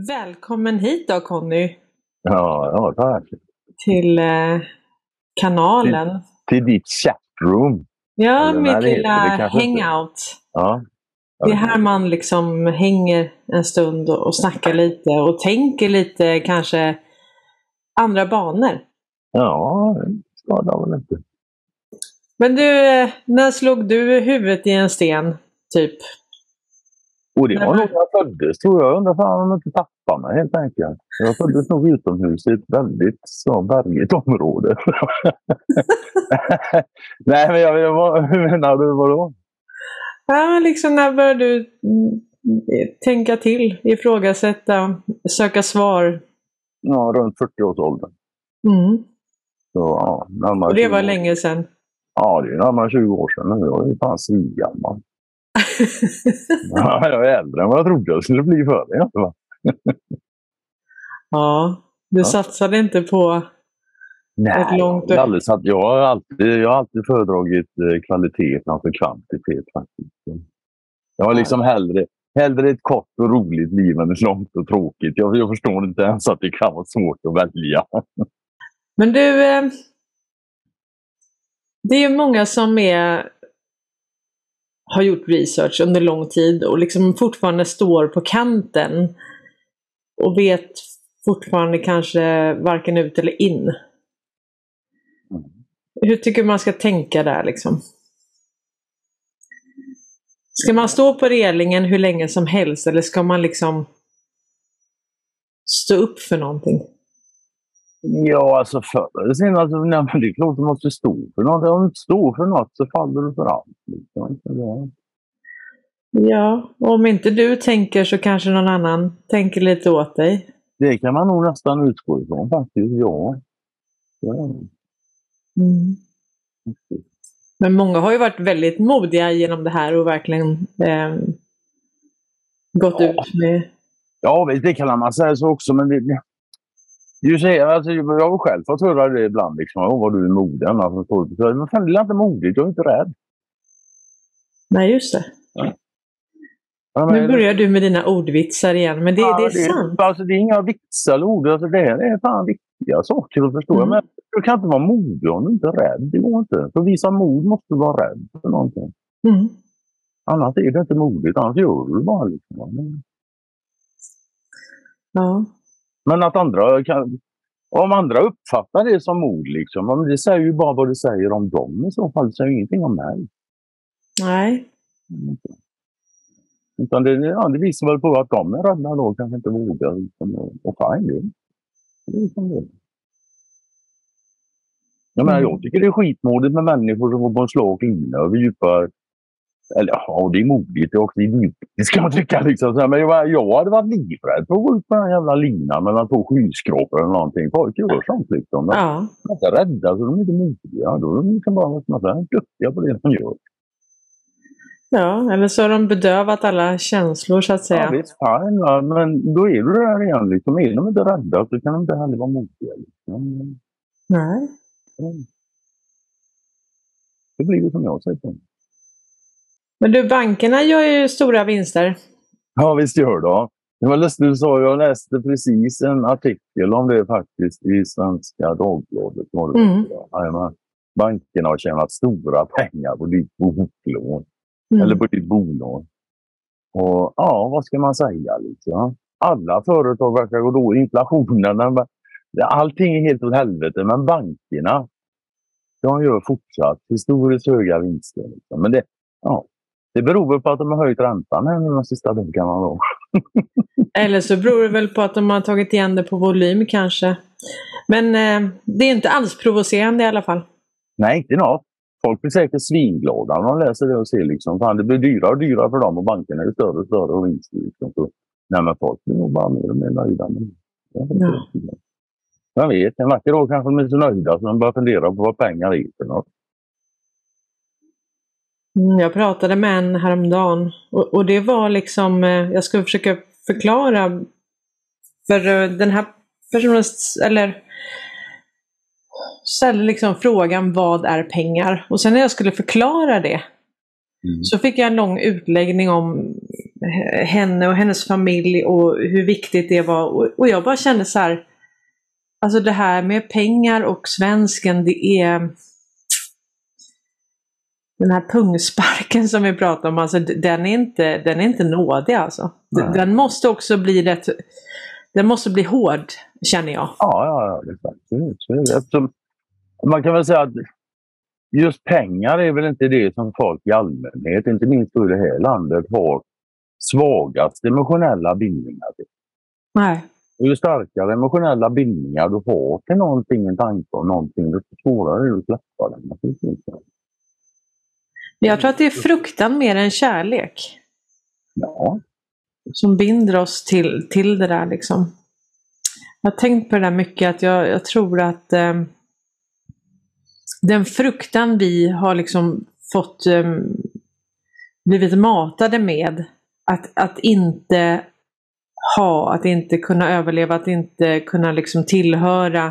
Välkommen hit då, Conny. Ja, tack. Till kanalen. Till ditt chatroom. Ja, Eller, mitt nej, lilla hangout. Ja. Det är här man liksom hänger en stund och snackar lite och tänker lite kanske andra banor. Ja, det skadar väl inte. Men du, när slog du huvudet i en sten, typ? Och det var nog när jag föddes, tror jag. Jag undrar fan om jag inte tappade mig helt enkelt. Jag föddes nog utomhus i ett väldigt bergigt område. Nej, men hur menar du, vadå? Ja, liksom när började du tänka till, ifrågasätta, söka svar? Ja, runt 40-årsåldern. Mm. Så, ja, närmare Och det var 20 år. länge sedan. Ja, det är närmare 20 år sedan. Jag är fan svingammal. Ja, jag är äldre än vad jag trodde jag skulle bli för det. Va? Ja, du satsade inte på ett långt... Jag har alltid föredragit kvalitet framför kvantitet faktiskt. Jag har liksom hellre ett kort och roligt liv än ett långt och tråkigt. Jag förstår inte ens att det kan vara svårt att välja. Men du, det är ju många som har gjort research under lång tid och liksom fortfarande står på kanten och vet fortfarande kanske varken ut eller in. Hur tycker man ska tänka där liksom? Ska man stå på relingen hur länge som helst eller ska man liksom stå upp för någonting? Ja, alltså förr eller senare, alltså, det är klart att du måste stå för något. Om du inte står för något så faller du för allt. Liksom. Ja, om inte du tänker så kanske någon annan tänker lite åt dig. Det kan man nog nästan utgå ifrån faktiskt, ja. Mm. Men många har ju varit väldigt modiga genom det här och verkligen gått ut med... Ja, det kan man säga så också, men du säger, alltså, jag har själv fått höra det ibland, liksom, vad du är modig. Men fan, det är inte modigt, jag är inte rädd. Nej, just det. Ja, nu börjar du med dina ordvitsar igen, men det är sant. Alltså, det är inga vitsar eller ord, alltså, det här är fan viktiga saker att förstå. Men du kan inte vara modig om du inte är rädd, det går inte. För att visa mod måste du vara rädd för någonting. Annars är det inte modigt, annars gör du bara liksom. Ja. Men att om andra uppfattar det som mod liksom, det säger ju bara vad det säger om dem i så fall, det säger ingenting om mig. Nej. Utan det visar väl på att de är rädda då, kanske inte vågar liksom, och fine det är liksom det. Jag tycker det är skitmodigt med människor som går på en slak lina över djupare. Eller ja, det är modigt, det är också det ska man tycka liksom. Men jag hade varit livrädd för att gå ut på den jävla linan mellan två skyskrapor eller någonting. Folk gör sånt liksom. De är inte rädda, så de är inte modiga. Då är de liksom bara duktiga på det de gör. Ja, eller så har de bedövat alla känslor så att säga. Ja, visst, fine, ja, men då är du där igen liksom. Är de inte rädda så kan de inte heller vara modiga liksom. Nej. Det blir det som jag säger på. Men du, bankerna gör ju stora vinster. Ja, visst gör de. Det var lustigt du sa, jag läste precis en artikel om det faktiskt i Svenska Dagbladet. Bankerna har tjänat stora pengar på ditt boklån. Eller på ditt bolag. Och ja, vad ska man säga liksom? Alla företag verkar gå då. Inflationen, allting är helt åt helvete. Men bankerna, de gör fortsatt historiskt höga vinster. Liksom. Men det beror väl på att de har höjt räntan här nu de sista dagarna då. Eller så beror det väl på att de har tagit igen det på volym kanske. Men det är inte alls provocerande i alla fall. Nej, inte något. Folk blir säkert svinglada när de läser det och ser liksom. Fan, det blir dyrare och dyrare för dem och bankerna är större och större och vinster. Liksom. Så, men folk blir nog bara mer och mer nöjda. Jag vet, en vacker dag kanske de är så nöjda så de börjar fundera på vad pengar är för något. Jag pratade med en häromdagen och det var liksom, jag skulle försöka förklara för den här personen, eller ställde liksom frågan vad är pengar? Och sen när jag skulle förklara det så fick jag en lång utläggning om henne och hennes familj och hur viktigt det var. Och jag bara kände så här, alltså det här med pengar och svensken, det är den här pungsparken som vi pratar om, alltså den är inte nådig alltså. Den måste också bli den måste bli hård, känner jag. Ja, det är faktiskt. Man kan väl säga att just pengar är väl inte det som folk i allmänhet, inte minst i det här landet, har svagast emotionella bindningar till. Nej. Och ju starkare emotionella bindningar du har till någonting, en tanke om någonting, desto svårare är det att släppa den. Jag tror att det är fruktan mer än kärlek. Ja. Som binder oss till det där liksom. Jag har tänkt på det där mycket, att jag tror att den fruktan vi har liksom fått blivit matade med, att inte ha, att inte kunna överleva, att inte kunna liksom tillhöra,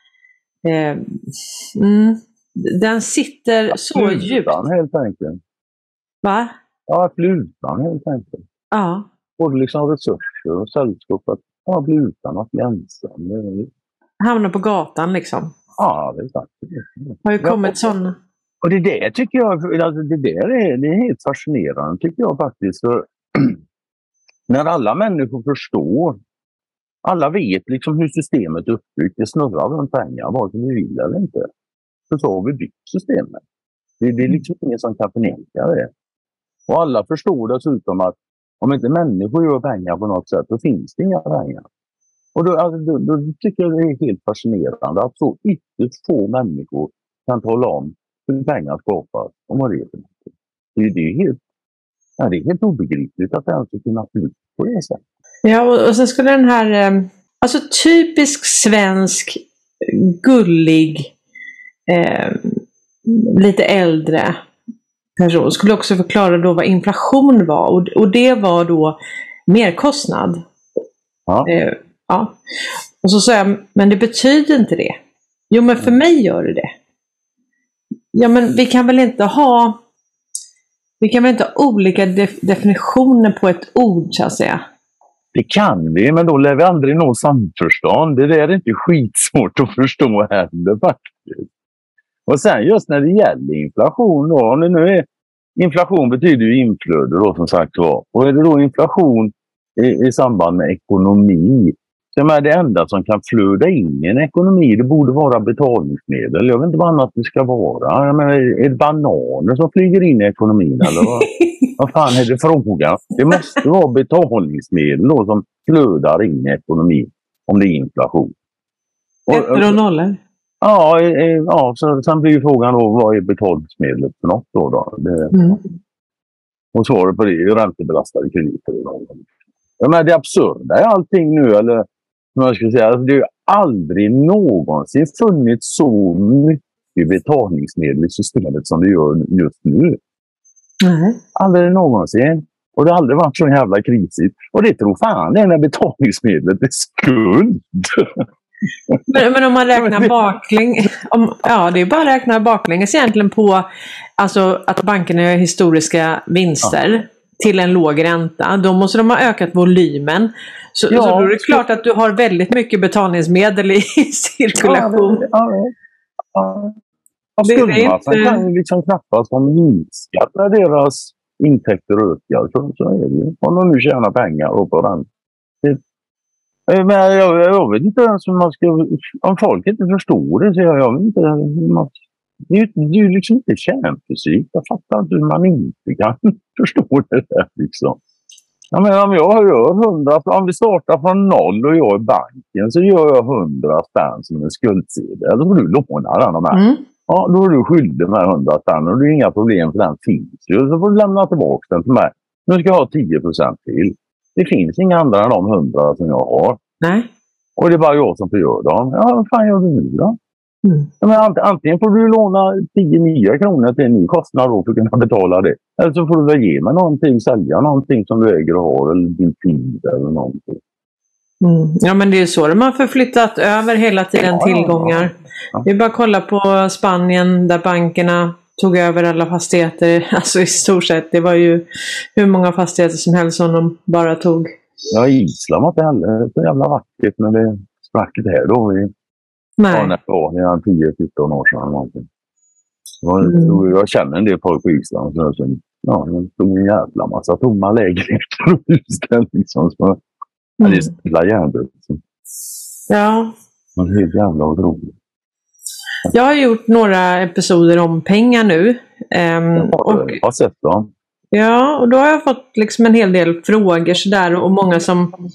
den sitter så djupt. Helt enkelt. Va? Ja, att bli utan helt enkelt. Ja. Både liksom resurser och sällskap, att bli utan, att bli ensam. Hamna på gatan liksom. Ja, det är sant. Har ju kommit sådana. Och det tycker jag, alltså det är helt fascinerande tycker jag faktiskt. För när alla människor förstår, alla vet liksom hur systemet är uppbyggt, det snurrar runt pengar, vare sig vi vill eller inte. Så har vi byggt systemet. Det är liksom ingen som kan förneka det. Och alla förstår dessutom att om inte människor gör pengar på något sätt, då finns det inga pengar. Och då tycker jag det är helt fascinerande att så ytterst få människor kan tala om hur pengar skapas och vad det är för något. Det är helt obegripligt att det ens ska kunna bli på det sättet. Ja, och sen skulle den här, alltså typisk svensk, gullig, lite äldre person skulle också förklara då vad inflation var. Och det var då merkostnad. Ja. Ja. Och så sa jag, men det betyder inte det. Jo, men för mig gör det. Ja, men vi kan väl inte ha olika definitioner på ett ord, så att säga. Det kan vi, men då lär vi aldrig nå samförstånd. Det där är inte skitsvårt att förstå heller faktiskt. Och sen just när det gäller inflation då, om det nu är, inflation betyder ju inflöde då som sagt var. Och är det då inflation i samband med ekonomi, så är det enda som kan flöda in i en ekonomi, det borde vara betalningsmedel. Jag vet inte vad annat det ska vara. Jag menar, är det bananer som flyger in i ekonomin eller vad? Vad fan är det frågan? Det måste vara betalningsmedel då som flödar in i ekonomin om det är inflation. Ettor och nollor? Ja, så sen blir ju frågan då, vad är betalningsmedlet för något då? Och svaret på det är ju räntebelastade krediter. Men det absurda är allting nu, eller jag ska säga, det har ju aldrig någonsin funnits så mycket betalningsmedel i systemet som det gör just nu. Aldrig någonsin. Och det har aldrig varit så jävla krisigt. Och det tror fan det är när betalningsmedlet är skuld. Men om man räknar baklänges, det är bara att räkna baklänges egentligen på alltså att bankerna gör historiska vinster till en låg ränta. Då måste de ha ökat volymen. Så då är det klart att du har väldigt mycket betalningsmedel i cirkulation. Skuldmassan kan ju liksom knappast ha minskat när deras intäkter ökar. Så är det ju. Om de nu tjänar pengar på den. Men jag vet inte ens hur man ska... Om folk inte förstår det så jag vet inte... Det är ju liksom inte kärnfysik. Jag fattar inte hur man inte kan förstå det där liksom. Ja, men om jag gör 100... Om vi startar från noll och jag är banken så gör jag 100 spänn som en skuldsedel. Eller får du låna den av mig. Ja, då är du skyldig med 100 spänn och det är inga problem för den finns ju. Så får du lämna tillbaka den till mig. Nu ska jag ha 10% till. Det finns inga andra än de 100 som jag har. Nej. Och det är bara jag som får göra dem. Ja, vad fan gör du nu då? Men antingen får du låna 10 nya kronor till en ny kostnad då för att kunna betala det. Eller så får du väl ge mig någonting, sälja någonting som du äger och har. Eller din tid eller någonting. Ja, men det är så de har förflyttat över hela tiden tillgångar. Det är bara att kolla på Spanien där bankerna tog över alla fastigheter. Alltså i stort sett, det var ju hur många fastigheter som helst som de bara tog. Ja, Island var inte heller så jävla vackert, men det sprack det här då i 10-14 år sedan. Någonting. Jag känner en del folk på Island som det stod en jävla massa tomma lägenheter och hus liksom. Det är stilla hjärndöd. Ja. Men det är helt jävla otroligt. Jag har gjort några episoder om pengar nu. Jag har sett dem. Ja, och då har jag fått liksom en hel del frågor sådär, och många som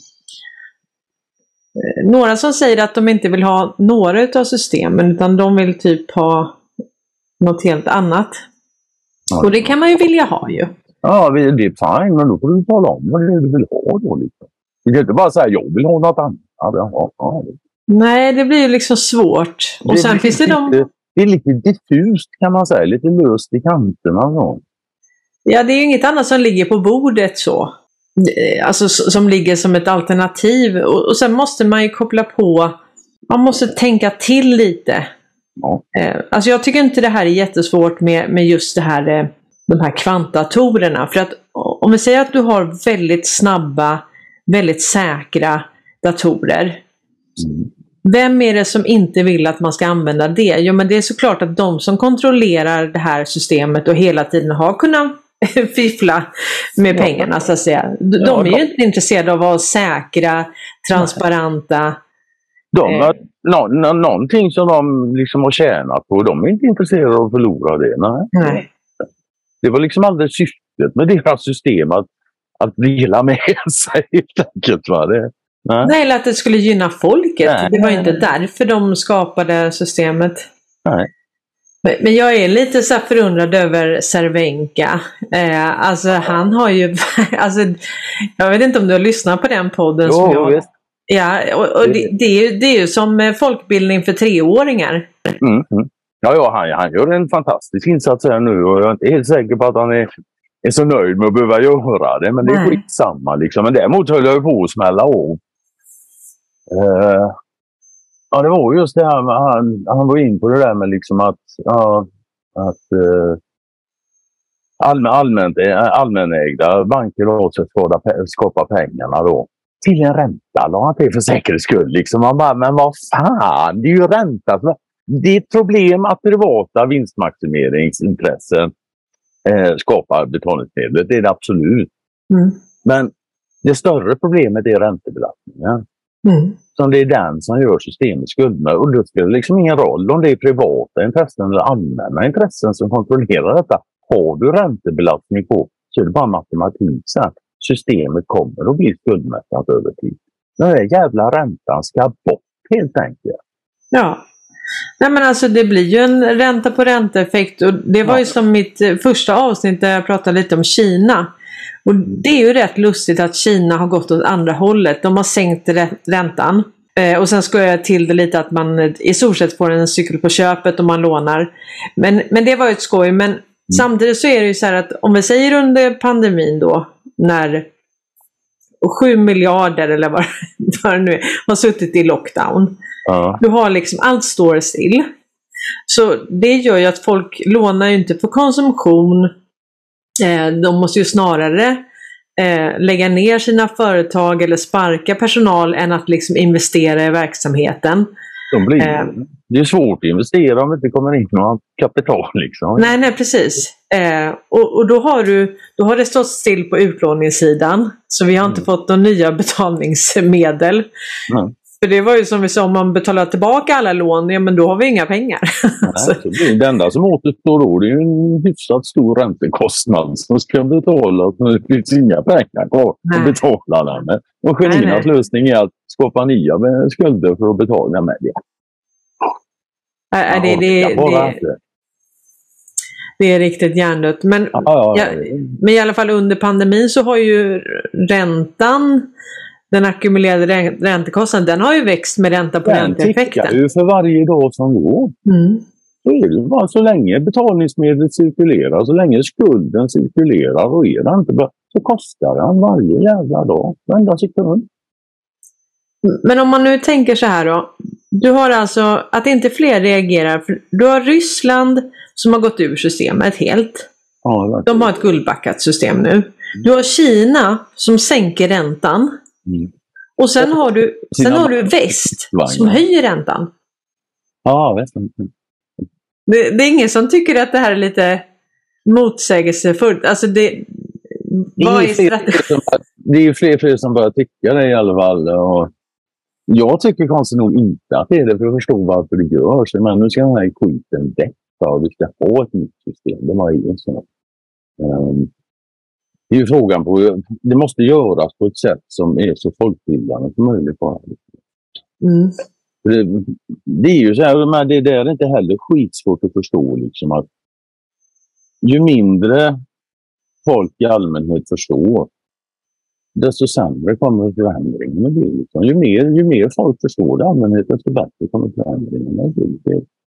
några som säger att de inte vill ha några utav systemen, utan de vill typ ha något helt annat. Ja. Och det kan man ju vilja ha ju. Ja, det är fine, men då får du tala om vad det är du vill ha då liksom. Du kan inte bara säga jag vill ha något annat. Ja. Nej, det blir ju liksom svårt. Och sen finns det det är lite diffust kan man säga, lite löst i kanterna så. Ja, det är ju inget annat som ligger på bordet så. Alltså som ligger som ett alternativ. Och sen måste man ju koppla på, man måste tänka till lite. Ja. Alltså jag tycker inte det här är jättesvårt med just det här, de här kvantdatorerna. För att om vi säger att du har väldigt snabba, väldigt säkra datorer. Vem är det som inte vill att man ska använda det? Jo, men det är såklart att de som kontrollerar det här systemet och hela tiden har kunnat fiffla med pengarna så att säga. De är ju inte intresserade av att vara säkra, transparenta. Någonting som de liksom har tjänat på, de är inte intresserade av att förlora det. Nej. Det var liksom aldrig syftet med deras system att dela med sig helt enkelt. Nej, eller att det skulle gynna folket. Det var inte därför de skapade systemet. Nej. Men jag är lite så förundrad över Cervenka. Alltså han har ju... alltså, jag vet inte om du har lyssnat på den podden som jag... Visst. Ja, och det är ju som folkbildning för 3-åringar. Ja, han gör en fantastisk insats här nu och jag är inte helt säker på att han är så nöjd med att behöva göra det. Men det är skitsamma liksom. Men däremot höll jag på att smälla av. Ja, det var just det här med, han var in på det där med liksom att allmänägda banker då skapa pengarna då till en ränta. La han till för säkerhets skull liksom. Man bara, men vad fan, det är ju ränta. Det är ett problem att privata vinstmaximeringsintressen skapar betalningsmedel. Det är det absolut. Men det större problemet är räntebelastningen. Så det är den som gör systemet skuldmässigt. Och det spelar liksom ingen roll om det är privata intressen eller allmänna intressen som kontrollerar detta. Har du räntebelastning på så är det bara matematik sen. Systemet kommer att bli skuldmättat över tid. Den där jävla räntan ska bort helt enkelt. Ja. Nej, men alltså det blir ju en ränta på ränta-effekt. Och det var ju som mitt första avsnitt där jag pratade lite om Kina. Och det är ju rätt lustigt att Kina har gått åt andra hållet. De har sänkt räntan. Och sen ska jag till det lite att man i stort sett får en cykel på köpet om man lånar. Men det var ju ett skoj. Men samtidigt så är det ju så här att om vi säger under pandemin då, när 7 miljarder eller vad det nu är, har suttit i lockdown. Du har liksom, allt står still. Så det gör ju att folk lånar ju inte för konsumtion. De måste ju snarare lägga ner sina företag eller sparka personal än att liksom investera i verksamheten. Det är svårt att investera om det inte kommer in något kapital liksom. Nej, precis. Och då har det stått still på utlåningssidan. Så vi har inte fått några nya betalningsmedel. För det var ju som vi sa, om man betalar tillbaka alla lån, ja men då har vi inga pengar. Nej, det enda som återstår då, det är ju en hyfsat stor räntekostnad som ska betalas. Det finns inga pengar kvar att betala den med. Och geniernas lösning är att skapa nya skulder för att betala med det. Det är riktigt hjärndött. Men i alla fall under pandemin så har ju räntan, den ackumulerade räntekostnaden, den har ju växt med ränta på ränteeffekten. Den tickar ju för varje dag som går. Så är det bara så länge betalningsmedlet cirkulerar, så länge skulden cirkulerar och är det inte bra, så kostar den varje jävla dag, varenda sekund. Men om man nu tänker så här då, du har alltså att inte fler reagerar, för du har Ryssland som har gått ur systemet helt. Ja, De har ett guldbackat system nu. Du har Kina som sänker räntan. Och sen har du väst som höjer räntan. Ja, väst. Det är ingen som tycker att det här är lite motsägelsefullt. Alltså det är ju fler som börjar tycka det i alla fall. Och jag tycker konstigt nog inte att det är det, för att förstå varför det görs. Men nu ska den här skiten växa och vi ska få ett nytt system. Det var ju så. Det är ju frågan på, det måste göras på ett sätt som är så folkbildande som möjligt. Det är ju så här, men det är inte heller skitsvårt att förstå liksom att ju mindre folk i allmänhet förstår, desto sämre kommer förändringen att bli. Liksom. Ju mer folk förstår det allmänhet, desto bättre kommer förändringen att bli.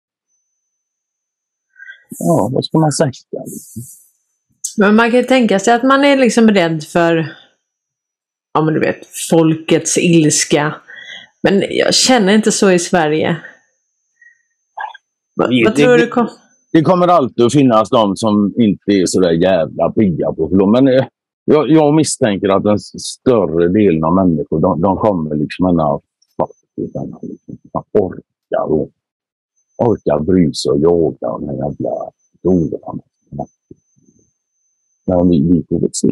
Ja, vad ska man säga? Men man kan tänka sig att man är liksom rädd för, ja men du vet, folkets ilska. Men jag känner inte så i Sverige. Vad tror du? Det kommer alltid att finnas de som inte är så där jävla pigga på flom. Men jag misstänker att den större delen av människor, de kommer liksom orkar bry sig och jaga och den här jävla dolarna. Ja, vi får väl se.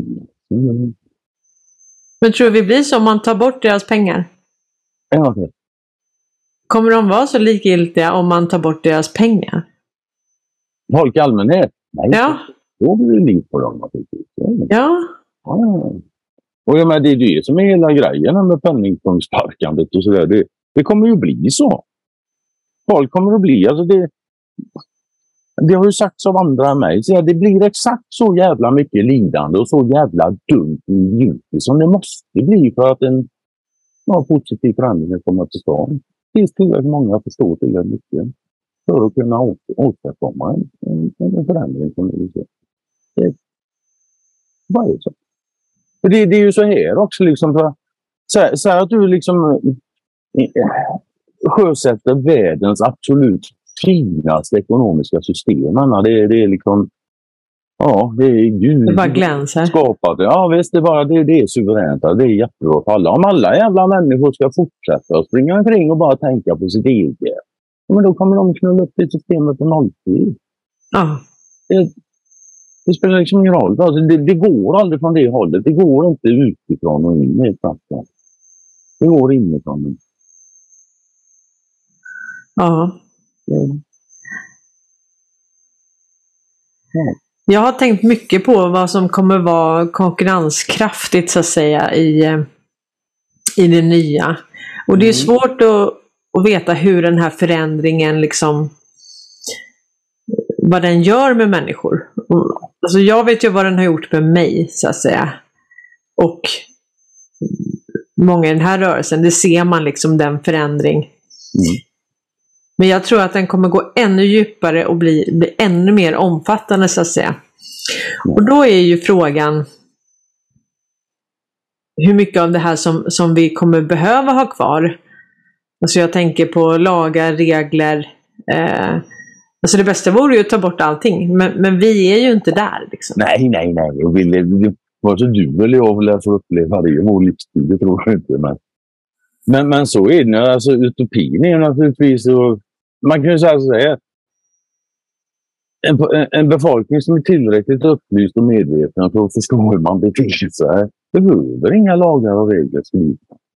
Men tror vi blir så om man tar bort deras pengar? Ja, okay. Kommer de vara så likgiltiga om man tar bort deras pengar? Folk i allmänhet? Nej. Ja. Då blir det liv på dem naturligtvis. Ja. Och jag menar, det är det som är hela grejen med penningpunktsparkandet och sådär. Det kommer ju bli så. Folk kommer att bli, alltså det har ju sagts av andra än mig, så det blir exakt så jävla mycket lidande och så jävla dumt idiotiskt som det måste bli för att en positiv förändring kommer till stånd. Det finns tillräckligt många förstår tillräckligt mycket för att kunna åstadkomma en förändring som är så. Vad är det så? För det är ju så här också liksom, för så att du liksom sjösätter världens absolut finaste ekonomiska system. Det är liksom, ja, det är Gud. Det bara glänser. Skapat. Ja visst, det är suveränt. Det är jättebra för alla. Om alla jävla människor ska fortsätta och springa omkring och bara tänka på sitt eget, men då kommer de knulla upp det systemet på nolltid. Ja. Det spelar liksom ingen roll. Alltså, det går aldrig från det hållet. Det går inte utifrån och in. Det går inifrån. Ja. Jag har tänkt mycket på vad som kommer vara konkurrenskraftigt så att säga i det nya. Och det är svårt att veta hur den här förändringen liksom, vad den gör med människor. Alltså jag vet ju vad den har gjort med mig så att säga. Och många i den här rörelsen, det ser man liksom den förändring. Men jag tror att den kommer gå ännu djupare och bli ännu mer omfattande så att säga. Och då är ju frågan hur mycket av det här som vi kommer behöva ha kvar. Alltså jag tänker på lagar, regler. Alltså det bästa vore ju att ta bort allting. Men vi är ju inte där liksom. Nej. Vare sig du eller jag vill få uppleva det i vår livstid, det tror jag inte. Men så är det. Alltså utopin är naturligtvis så. Man kan ju säga så här. En befolkning som är tillräckligt upplyst och medveten för att förstå hur man beter sig behöver inga lagar och regler skrivna.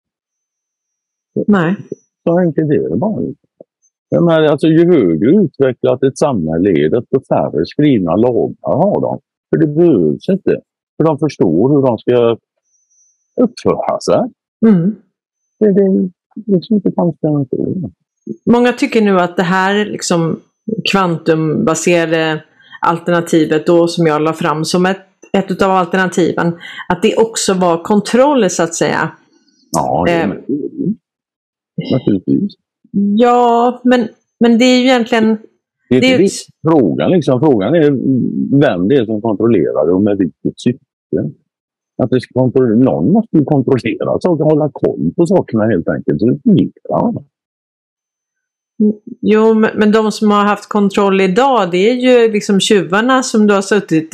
Nej. Så enkelt är det bara. Men alltså, ju högre utvecklat ett samhälle är, desto färre skrivna lagar har de. För det behövs inte. För de förstår hur de ska uppföra sig. Det är liksom inte konstigt. Många tycker nu att det här liksom kvantumbaserade alternativet då som jag la fram som ett av alternativen, att det också var kontroll så att säga. Ja, naturligtvis. Ja, men det är ju egentligen... Det är frågan liksom. Frågan är vem det är som kontrollerar det och med vilket syfte. Att det ska någon måste ju kontrollera saker, hålla koll på sakerna helt enkelt. Så det fungerar. Jo, men de som har haft kontroll idag, det är ju liksom tjuvarna som du har suttit...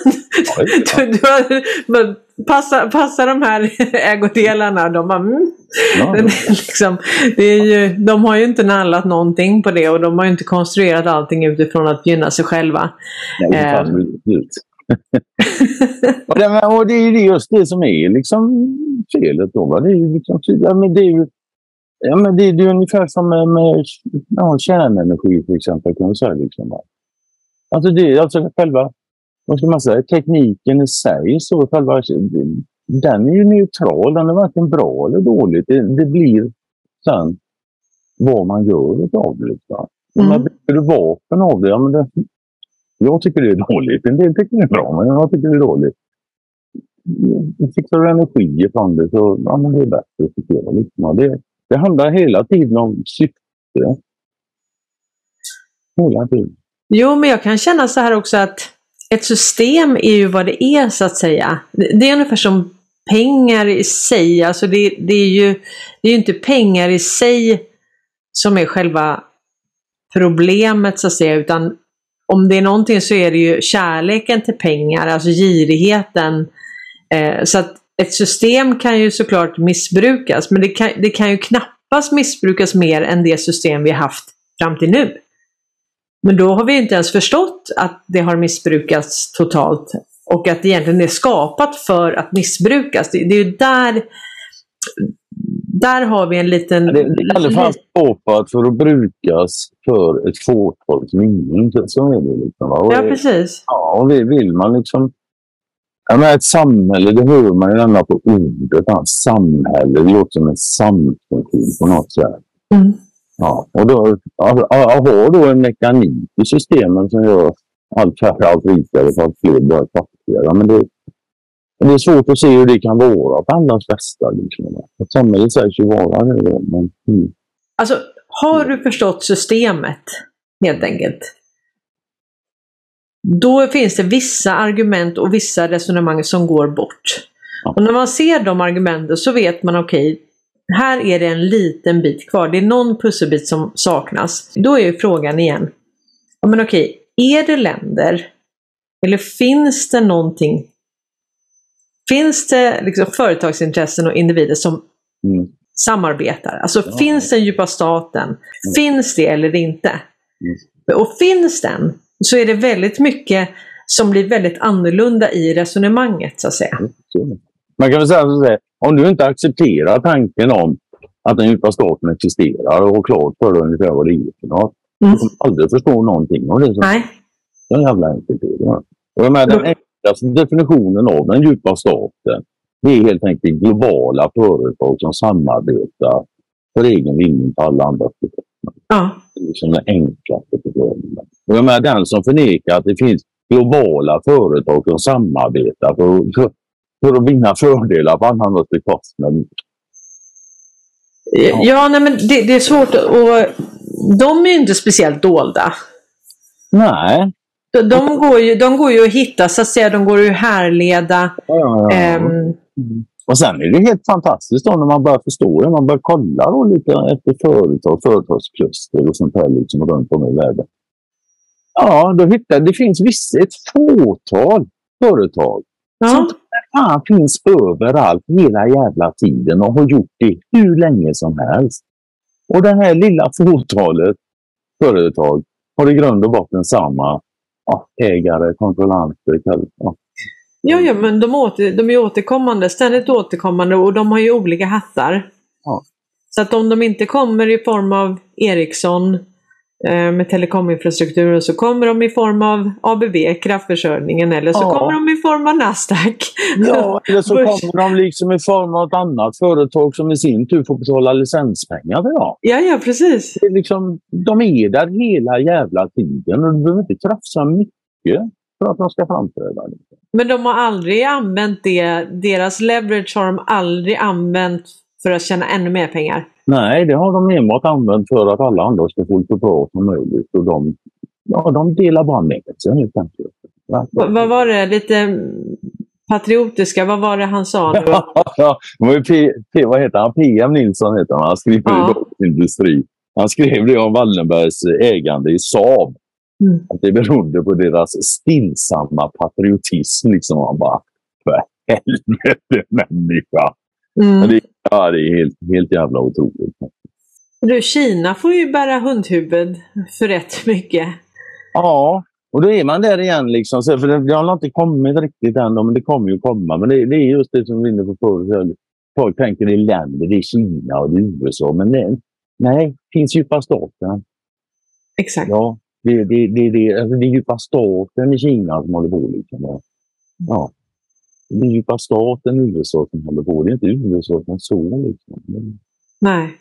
Passa de här ägodelarna. De bara, liksom, det är ju, de har ju inte nallat någonting på det, och de har ju inte konstruerat allting utifrån att gynna sig själva. Och det är ju just det som är liksom felet då. Va? Det är ju liksom, det är ju ungefär som med kärnenergi till exempel, kan man säga liksom. Alltså det är alltså själva, vad ska man säga, tekniken i sig, så själva, den är ju neutral, den är varken bra eller dåligt. Det blir sen vad man gör av det. Man bygger vapen av det, men jag tycker det är dåligt. En del tycker det är bra, men jag tycker det är dåligt. Fixar du energi från det, så men det är bättre att fixa lite. Det handlar hela tiden om syfte. Hela tiden. Jo, men jag kan känna så här också att ett system är ju vad det är, så att säga. Det är ungefär som pengar i sig. Alltså det är ju inte pengar i sig som är själva problemet, så att säga, utan om det är någonting så är det ju kärleken till pengar, alltså girigheten. Så att ett system kan ju såklart missbrukas, men det kan ju knappast missbrukas mer än det system vi har haft fram till nu. Men då har vi inte ens förstått att det har missbrukats totalt, och att det egentligen är skapat för att missbrukas. Det är ju där har vi en liten... Det är i alla fall skapat för att brukas för ett fåtals minnen. Så är det liksom. Ja, precis. Ja, och vill man liksom... Ja, men ett samhälle, det hör man ju gärna på ordet. Samhälle, det är också en samfunktion på något sätt. Mm. Ja, och då har då en mekanik i systemen som gör allt färre, allt rikare, för allt fler blir fattigare. Men det är svårt att se hur det kan vara på allas bästa. Liksom. Ett samhälle sägs ju vara det. Men, Alltså, har du förstått systemet, helt enkelt, då finns det vissa argument och vissa resonemang som går bort. Ja. Och när man ser de argumenten så vet man, okej, här är det en liten bit kvar. Det är någon pusselbit som saknas. Då är ju frågan igen. Ja, men okej, är det länder? Eller finns det någonting? Finns det liksom företagsintressen och individer som samarbetar? Alltså finns den djupa staten? Finns det eller inte? Och finns den, så är det väldigt mycket som blir väldigt annorlunda i resonemanget, så att säga. Man kan väl säga så att om du inte accepterar tanken om att den djupa staten existerar och har klart för dig ungefär vad det är för något, så kommer du aldrig förstå någonting av det. Nej. Det är jävla enkelt. Och med den enklaste definitionen av den djupa staten, det är helt enkelt globala företag som samarbetar för egen vinning på alla andra företag. Ja. Det är som den enklaste förklaringen. Och med den som förnekar att det finns globala företag som samarbetar för att vinna fördelar på andras bekostnad. Ja, nej, men det är svårt, och de är ju inte speciellt dolda. Nej. De går ju att hitta, så att säga, de går ju att härleda. Och sen är det helt fantastiskt då när man börjar förstå det. Man börjar kolla då lite efter företagskluster och sånt här liksom runt om i världen. Ja, då det finns ett fåtal företag som finns överallt hela jävla tiden och har gjort det hur länge som helst. Och det här lilla fåtalet företag har i grund och botten samma ägare, kontrollanter. Ja, men de är återkommande, ständigt återkommande, och de har ju olika hattar. Ja. Så att om de inte kommer i form av Ericsson med telekominfrastrukturen, så kommer de i form av ABB, kraftförsörjningen, eller så kommer de i form av Nasdaq. Ja, eller så kommer de liksom i form av ett annat företag som i sin tur får betala licenspengar för dem. Ja, precis. Det är liksom, de är där hela jävla tiden och du behöver inte krafsa mycket för att de ska framträda. Men de har aldrig använt det, deras leverage har de aldrig använt för att tjäna ännu mer pengar. Nej, det har de enbart använt för att alla andra ska få lite bra som möjligt. Och de delar bara med sig helt enkelt. Vad var det? Lite patriotiska, vad var det han sa nu? Ja, vad heter han? PM Nilsson heter han. Han skriver i Dagens Industri. Han skrev det om Wallenbergs ägande i Saab. Att det berodde på deras stillsamma patriotism. Liksom. Han bara, för helvete människa. Det är helt jävla otroligt. Du, Kina får ju bära hundhuvud för rätt mycket. Ja, och då är man där igen liksom. För det har inte kommit riktigt än, men det kommer ju komma. Men det är just det som vi är inne på förut. Folk tänker det är länder, det är Kina och det är USA. Men nej, det finns djupa staten. Exakt. Ja, det är djupa staten i Kina som håller på liksom. Ja. Det är djupa staten i USA som håller på. Det är inte USA som så liksom. Nej.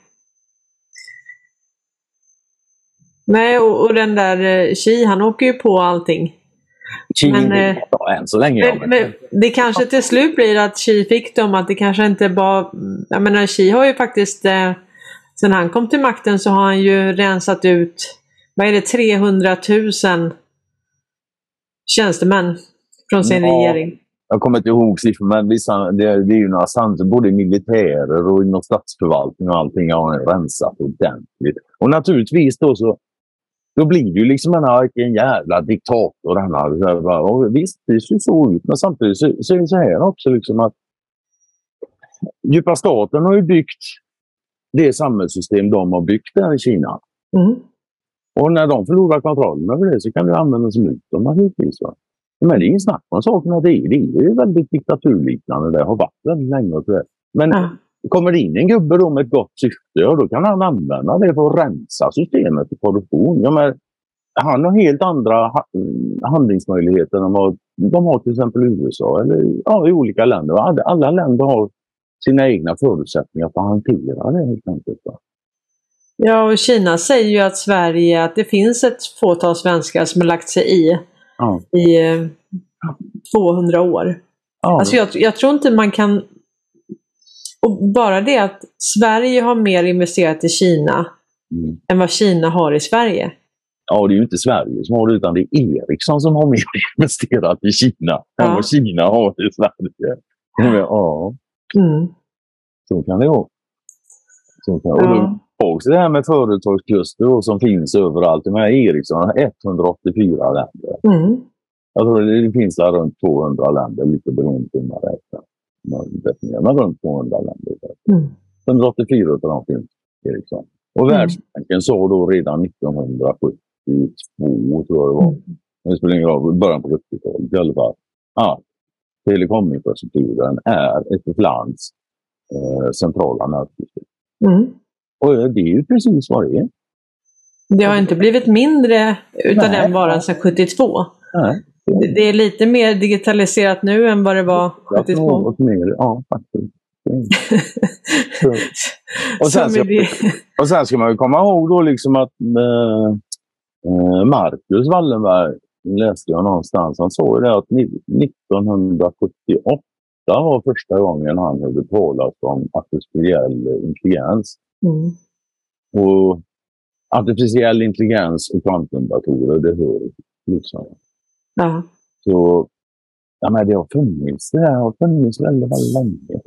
Nej, och den där Xi, han åker ju på allting. Men än så länge. Men det kanske till slut blir att Xi fick dem, att det kanske inte bara... Jag menar, Xi har ju faktiskt... Sen han kom till makten så har han ju rensat ut... Vad är det? 300 000 tjänstemän från sin regering. Jag kommer inte ihåg siffror, men vissa, det är ju några sanser, både militärer och inom statsförvaltning och allting har rensat ordentligt. Och naturligtvis då blir det ju liksom en jävla diktator. Och visst, det ser så ut, men samtidigt så är det så här också liksom att djupa staten har ju byggt det samhällssystem de har byggt där i Kina. Och när de förlorar kontrollen över det så kan det användas som ut dem naturligtvis. Men det är ingen snack om sakerna. Det är väldigt diktaturliknande. Det har varit väldigt länge. Men kommer det in en gubbe då med ett gott syfte, då kan han använda det för att rensa systemet i korruption. Ja, men han har helt andra handlingsmöjligheter än vad de har till exempel i USA eller i olika länder. Alla länder har sina egna förutsättningar för att hantera det helt enkelt. Ja, och Kina säger ju att Sverige, att det finns ett fåtal svenskar som har lagt sig i 200 år. Alltså jag tror inte man kan... Och bara det att Sverige har mer investerat i Kina än vad Kina har i Sverige. Ja, det är ju inte Sverige som har det, utan det är Ericsson som har mer investerat i Kina än vad Kina har i Sverige. Så kan det vara. Och också det här med företagskluster som finns överallt. Med Ericsson har 184 länder. Jag tror det finns där runt 200 länder, lite beroende på när det är. Men runt 200 länder. 184 av dem finns Ericsson. Och Världsbanken sa då redan 1972, tror jag det var. Det spelar ingen roll, början på 70-talet i alla fall. Telekominfrastrukturen är ett lands centrala nätsystem. Och det är ju precis vad det är. Det har inte blivit mindre utav den varan sedan 72. Nej. Det är lite mer digitaliserat nu än vad det var 72. Ja, faktiskt. och sen ska man ju komma ihåg då liksom att Marcus Wallenberg, läste jag någonstans, han sa det att 1978 var första gången han hade talat om artificiell intelligens. Och artificiell intelligens och kvantumdatorer, det hör liksom. Så men det har funnits väldigt, väldigt länge.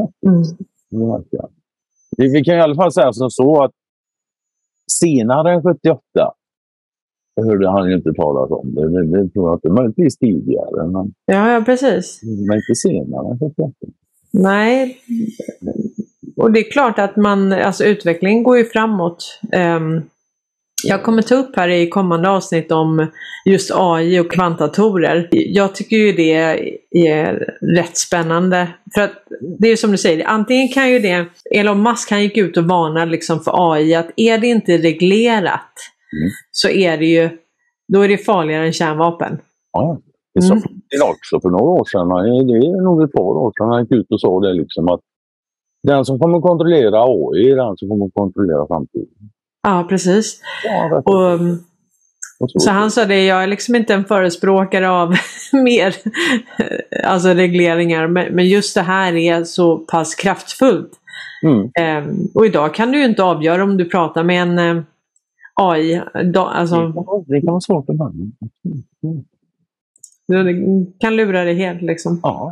Vi kan i alla fall säga som så att senare än 78 hörde han ju inte talas om det. Det tror jag inte, möjligtvis tidigare. Men, ja, precis. Men inte senare än 78. Nej, och det är klart att utvecklingen går ju framåt. Jag kommer ta upp här i kommande avsnitt om just AI och kvantdatorer. Jag tycker ju det är rätt spännande. För att det är som du säger, antingen kan ju det, Elon Musk han gick ut och varnade liksom för AI att är det inte reglerat så är det ju, då är det farligare än kärnvapen. Ja, det sa det också för några år sedan. Det är nog ett par år sedan han gick ut och sa det liksom att den som kommer att kontrollera AI är den som kommer att kontrollera framtiden. Ja, precis. Så han sa det, jag är liksom inte en förespråkare av mer regleringar, men just det här är så pass kraftfullt. Och idag kan du ju inte avgöra om du pratar med en AI. Det kan vara svårt ibland. Du kan lura dig helt liksom. Ja.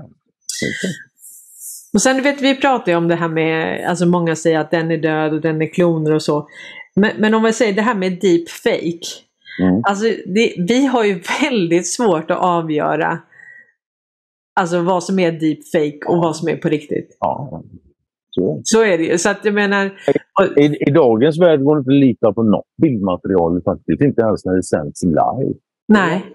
Och sen vi pratar ju om det här med, många säger att den är död och den är kloner och så. Men om vi säger det här med deepfake. Alltså vi har ju väldigt svårt att avgöra alltså vad som är deepfake och vad som är på riktigt. Ja. Så är det ju. Så att jag menar... I dagens värld går det inte att lita på något bildmaterial faktiskt. Inte ens när det sänds live. Nej.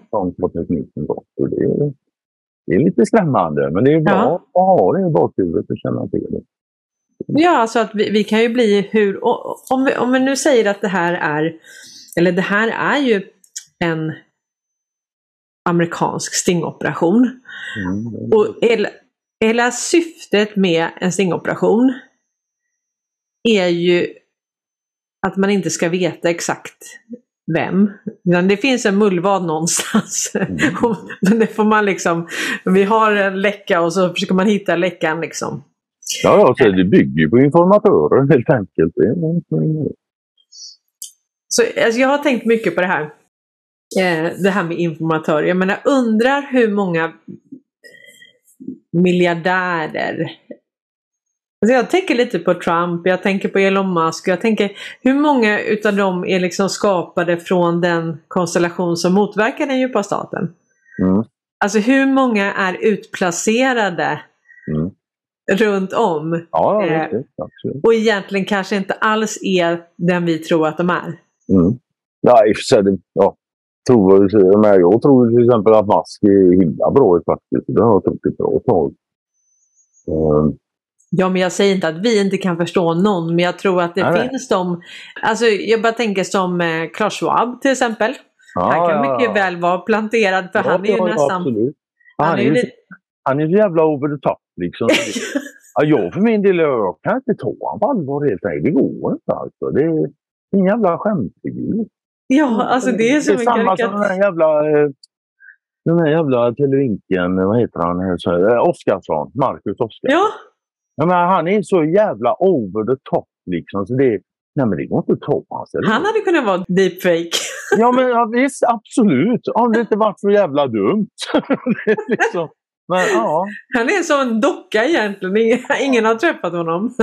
Det är lite skrämmande, men det är bra att ha det i bakhuvudet och känna till det. Ja, alltså att vi kan ju bli hur... Om vi nu säger att det här är ju en amerikansk stingoperation. Och hela syftet med en stingoperation är ju att man inte ska veta exakt vem. Men det finns en mullvad någonstans. Men det får man liksom... Vi har en läcka och så försöker man hitta läckan liksom. Ja, så det bygger ju på informatörer helt enkelt. Så alltså, jag har tänkt mycket på det här. Det här med informatörer. Jag menar, undrar hur många miljardärer. Alltså jag tänker lite på Trump, jag tänker på Elon Musk, jag tänker hur många utav dem är liksom skapade från den konstellation som motverkar den djupa staten. Alltså hur många är utplacerade runt om och egentligen kanske inte alls är den vi tror att de är. Ja, i och för sig, jag tror till exempel att Musk är himla bra faktiskt. Det har jag trott ett bra tag. Ja, men jag säger inte att vi inte kan förstå någon, men jag tror att det finns de. Alltså jag bara tänker som Klaus Schwab till exempel. Han kan mycket väl vara planterad, för han är ju nästan... Han är ju jävla over the top liksom. Jag för min del, jag kan inte ta honom på allvar helt enkelt. Det går inte alltså. Det är en jävla skämtfigur. Ja, alltså det är så mycket... samma som den här jävla televinken, vad heter han? Oscarsson, Marcus Oscarsson. Ja. Men han är så jävla over the top liksom. Så det går inte att ta alltså. Han hade kunnat vara deepfake. Ja, men visst, absolut. Om det inte varit så jävla dumt. Det är liksom... Men, ja. Han är så en docka egentligen. Ingen har träffat honom.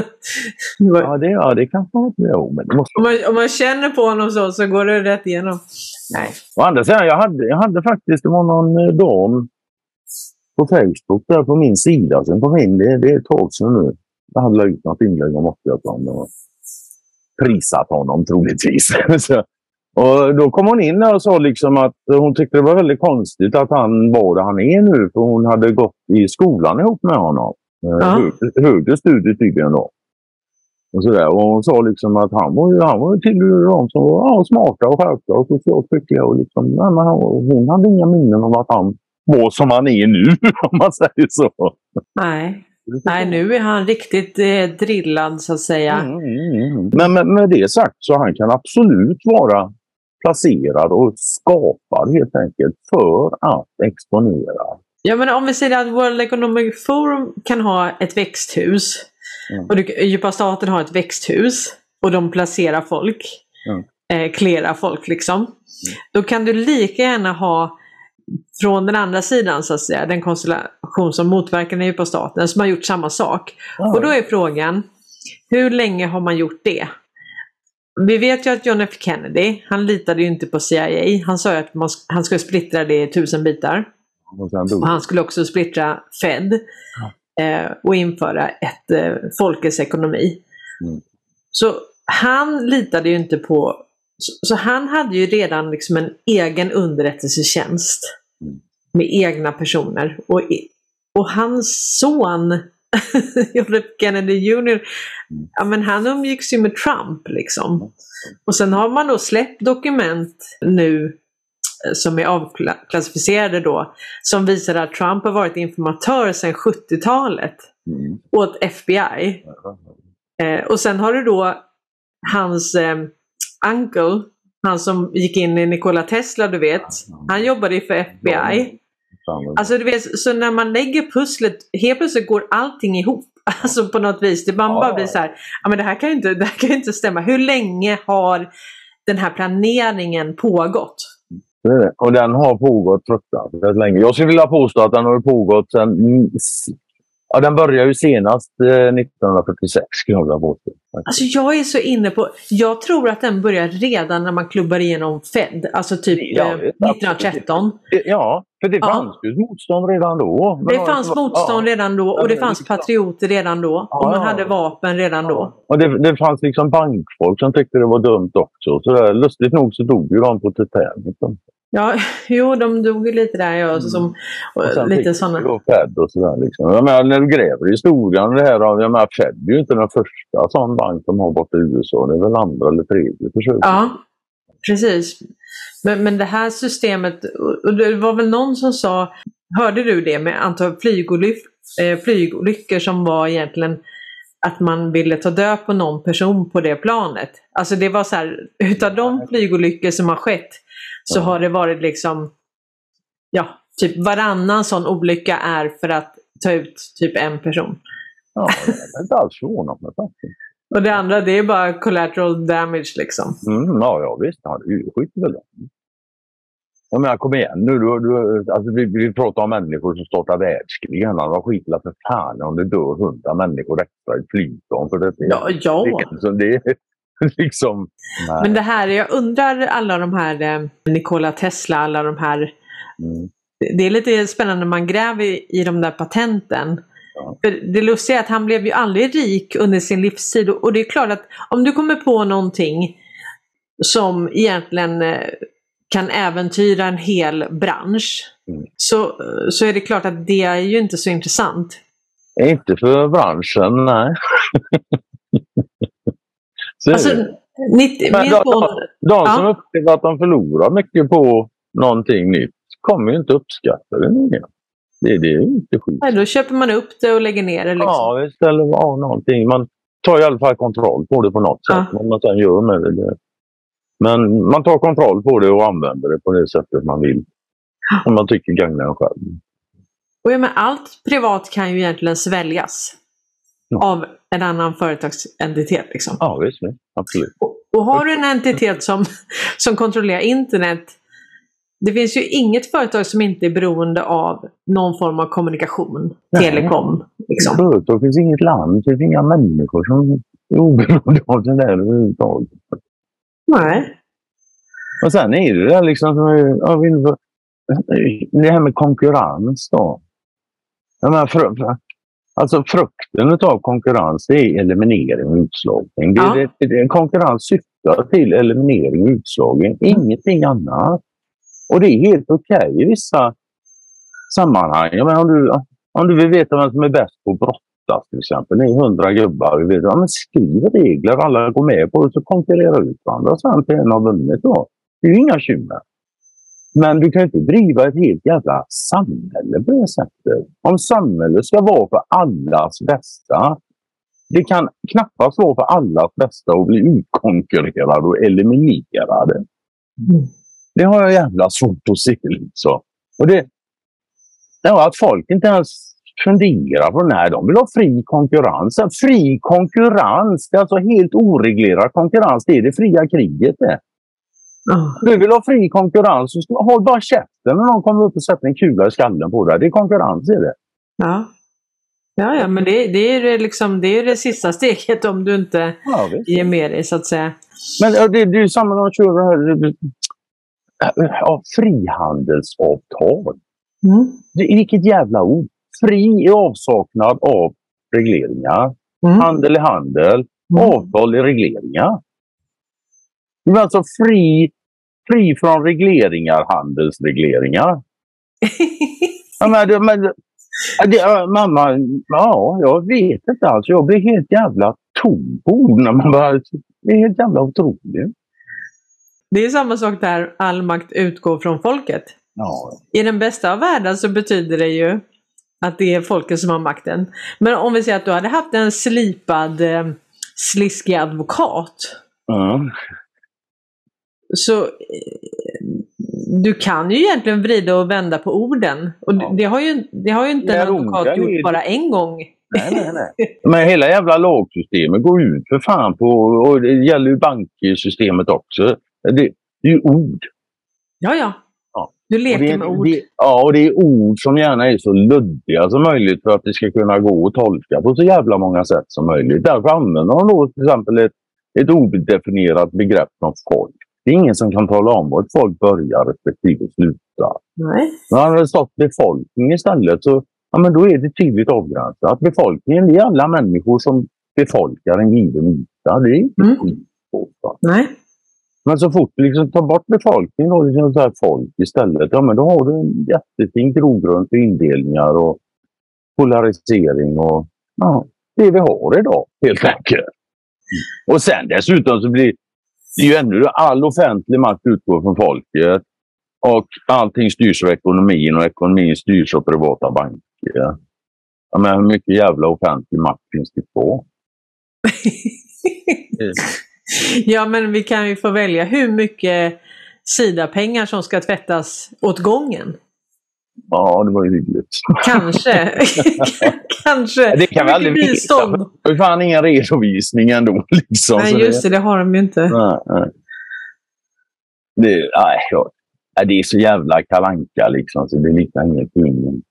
Det kan man inte göra. Om man känner på honom så går det rätt igenom. Nej. Å andra sidan, jag hade faktiskt, det var någon dam på Facebook där på min sida. Sen på min, det är ett tag sedan nu. Jag hade lagt ut något inlägg om Oscarsson och prisat honom troligtvis. Och då kom hon in och sa liksom att hon tyckte det var väldigt konstigt att han var där han är nu. För hon hade gått i skolan ihop med honom. Högre studier tydligen då. Och sådär. Och hon sa liksom att han var till de som var smarta och skärpta och socialt skickliga. Och liksom, men hon hade inga minnen om att han var som han är nu, om man säger så. Nej, nu är han riktigt drillad så att säga. Men med det sagt så han kan absolut vara placerad och skapad helt enkelt för att exponera. Ja, men om vi säger att World Economic Forum kan ha ett växthus och djupa staten har ett växthus och de placerar folk, klärar folk liksom. Då kan du lika gärna ha från den andra sidan så att säga, den konstellation som motverkar den djupa staten som har gjort samma sak. Och då är frågan, hur länge har man gjort det? Vi vet ju att John F. Kennedy, han litade ju inte på CIA. Han sa ju att han skulle splittra det i 1000 bitar. Och han skulle också splittra Fed och införa ett folkets ekonomi. Så han litade ju inte på... Så han hade ju redan liksom en egen underrättelsetjänst med egna personer. Och hans son, John F. Kennedy Jr., ja, men han umgicks ju med Trump liksom. Och sen har man då släppt dokument nu som är avklassificerade då, som visar att Trump har varit informatör sedan 70-talet åt FBI. Och sen har du då hans uncle, han som gick in i Nikola Tesla, du vet, han jobbade för FBI. Alltså du vet, så när man lägger pusslet, helt plötsligt går allting ihop. Alltså på något vis, det bara blir så här, ja men det här kan ju inte stämma. Hur länge har den här planeringen pågått? Och den har pågått fruktansvärt länge. Jag skulle vilja påstå att den har pågått sedan... Ja, den började ju senast 1946 skulle jag påstå. Alltså jag är så inne på, jag tror att den börjar redan när man klubbar igenom Fed, alltså typ 1913. Ja, för det fanns ju motstånd redan då. Det fanns motstånd redan då och det fanns patrioter redan då och man hade vapen redan då. Och det fanns liksom bankfolk som tyckte det var dumt också. Så där, lustigt nog så dog ju de på Titanic. Ja, jo, de dog ju lite där. Ja, som, och lite sådana. Fed och sådär liksom. Jag menar, när du gräver i historien det här av, jag menar, Fed är ju inte den första sån bank som har bort i USA. Det är väl andra eller tredje försök. Ja, precis. Men det här systemet, och det var väl någon som sa, hörde du det med antal flygolyckor som var egentligen att man ville ta död på någon person på det planet. Alltså det var så här, utav de flygolyckor som har skett så har det varit liksom, ja, typ varannan sån olycka är för att ta ut typ en person. Ja, det är inte alls förvånat med faktiskt. Och det andra, det är bara collateral damage liksom. Ja, visst. Ja, det är ju skit väl. Jag menar, kom igen nu. Alltså, vi pratar om människor som startar världskrig. Det var skitla för fan om det dör 100 människor extra i flygplan. För det är liksom... Nej. Men det här, jag undrar alla de här, Nikola Tesla, alla de här... Det är lite spännande när man gräver i de där patenten. För det lustiga är att han blev ju aldrig rik under sin livstid. Och det är klart att om du kommer på någonting som egentligen kan äventyra en hel bransch, så är det klart att det är ju inte så intressant. Inte för branschen, nej. Alltså, de som upplever att de förlorar mycket på någonting nytt kommer ju inte uppskatta det nya. Det är inte skit. Nej, då köper man upp det och lägger ner det. Liksom. Ja, istället för någonting. Man tar i alla fall kontroll på det på något sätt. Vad man sen gör med det. Men man tar kontroll på det och använder det på det sättet man vill. Om man tycker gagnar en själv. Och med allt privat kan ju egentligen sväljas av en annan företagsentitet. Liksom. Ja, visst. Absolut. Och har du en entitet som kontrollerar internet, det finns ju inget företag som inte är beroende av någon form av kommunikation, telekom. Liksom. Det finns inget land, det finns inga människor som är oberoende av det där överhuvudtaget. Nej. Och sen är det där liksom, det här med konkurrens då. Jag menar, alltså frukten av konkurrens, det är eliminering och utslagning. Konkurrens syftar till eliminering och utslagning, ingenting annat. Och det är helt okej i vissa sammanhang. Jag menar, om du vill veta vem som är bäst på att brottas till exempel. Det är 100 gubbar. Vi vet, men skriv regler, alla går med på det, så konkurrerar ut varandra. Och sen till en har vunnit då. Det är ju inga kymmer. Men du kan inte driva ett helt jävla samhälle på det sättet. Om samhället ska vara för allas bästa, det kan knappast vara för allas bästa att bli utkonkurrerad och eliminerade. Det har jag jävla svårt att se liksom. Och det, att folk inte ens funderar på det här. De vill ha fri konkurrens. Fri konkurrens, det är alltså helt oreglerad konkurrens. Det är det fria kriget det. Du vill ha fri konkurrens, så håll bara käften när någon kommer upp och sätter en kula i skallen på dig. Det är konkurrens, är det. Ja, men det är liksom, det är det sista steget om du inte ger med dig, så att säga. Men det är ju samma när de kör det här frihandelsavtal. Vilket jävla ord. Fri i avsaknad av regleringar. Handel är handel. Avtal är regleringar. Det är alltså fri från regleringar, handelsregleringar. Mamma, jag vet inte alls. Jag blir helt jävla tom på ord när man bara... Det är helt jävla otroligt. Det är samma sak där, all makt utgår från folket. Ja. I den bästa av världen så betyder det ju att det är folket som har makten. Men om vi säger att du hade haft en slipad, sliskig advokat. Så du kan ju egentligen vrida och vända på orden. Och det har ju inte en advokat gjort bara en gång. Nej. Men hela jävla lagsystemet går ut för fan på, och det gäller ju banksystemet också. Det är ju ord. Ja. Du leker med ord. Och det är ord som gärna är så luddiga som möjligt för att det ska kunna gå att tolka på så jävla många sätt som möjligt. Därför använder de då till exempel ett odefinierat begrepp som folk. Det är ingen som kan tala om vad ett folk börjar respektive slutar. Nej. Men hade det stått befolkning istället så men då är det tydligt avgränsat. Befolkningen, det är alla människor som befolkar en given yta. Det är inte skitbåt. Nej. Men så fort du liksom tar bort befolkningen och liksom så här folk istället, då har du en jättefin grogrund för indelningar och polarisering och det vi har idag helt enkelt. Och sen dessutom så blir det ju ännu all offentlig makt utgår från folket och allting styrs av ekonomin och ekonomin styrs av privata banker. Men hur mycket jävla offentlig makt finns det på? Ja, men vi kan ju få välja hur mycket SIDA-pengar som ska tvättas åt gången. Ja, det var ju hyggligt. Kanske. Kanske. Det kan vi aldrig veta. Det fanns ingen redovisning ändå. Liksom. Nej, just det har de ju inte. Nej. Det är så jävla kalanka liksom, så det liknar ingenting.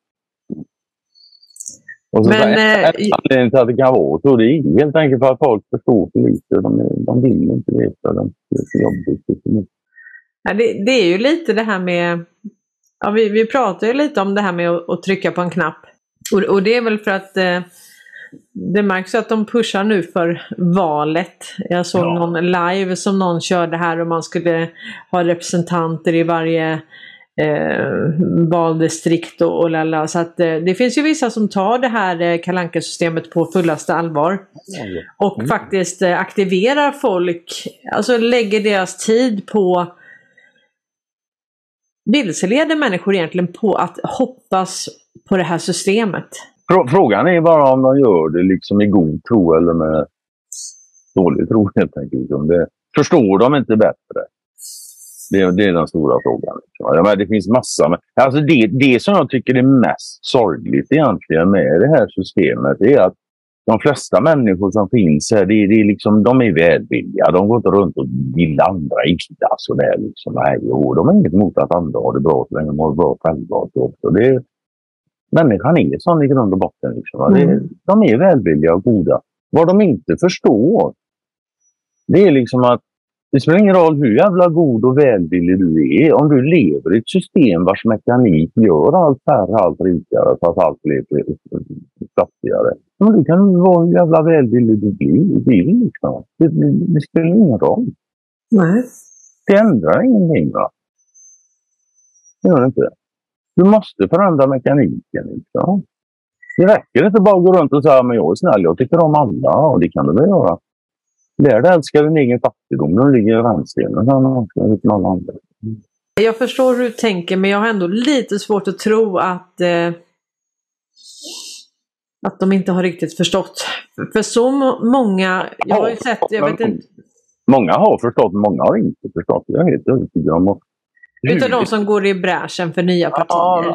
Och så anledningen till att det kan vara så, det är helt enkelt för att folk förstår för lite. De vill inte veta. Det är så jobbigt. Ja, det är ju lite det här med... Ja, vi pratar ju lite om det här med att trycka på en knapp. Och det är väl för att det märks att de pushar nu för valet. Jag såg någon live som någon körde här och man skulle ha representanter i varje valdistrikt och lalla. Så att det finns ju vissa som tar det här Kalle Anka-systemet på fullaste allvar. Och faktiskt aktiverar folk, alltså lägger deras tid på, vilseleder människor egentligen på att hoppas på det här systemet. Frågan är bara om de gör det liksom i god tro eller med dålig tro helt enkelt. Förstår de inte bättre? Det är den stora frågan. Det finns massa. Alltså det som jag tycker är mest sorgligt egentligen med det här systemet är att de flesta människor som finns här, det är liksom, de är välvilliga. De går inte runt och vill andra illa sådär liksom. De har inget emot att andra har det bra så länge de har det bra själva. Människan är sån i grund och botten. Liksom. De är välvilliga och goda. Vad de inte förstår, det är liksom att det spelar ingen roll hur jävla god och välvillig du är. Om du lever i ett system vars mekanik gör allt färre, allt rikare så att allt blir fattigare. Men du kan vara hur jävla välvillig du vill. Liksom. Det spelar ingen roll. Nej. Det ändrar ingenting, va? Det gör det inte. Du måste förändra mekaniken. Liksom. Det räcker inte bara att gå runt och säga men jag är snäll, jag tycker om alla. Och det kan du väl göra. Lär dig älska din egen fattigdom när du ligger i randstenen. Jag förstår hur du tänker, men jag har ändå lite svårt att tro att de inte har riktigt förstått. För så många, jag har ju sett, jag vet inte. Många har förstått, många har inte förstått. Jag är helt övertygad om. Utav de som går i bräschen för nya partier.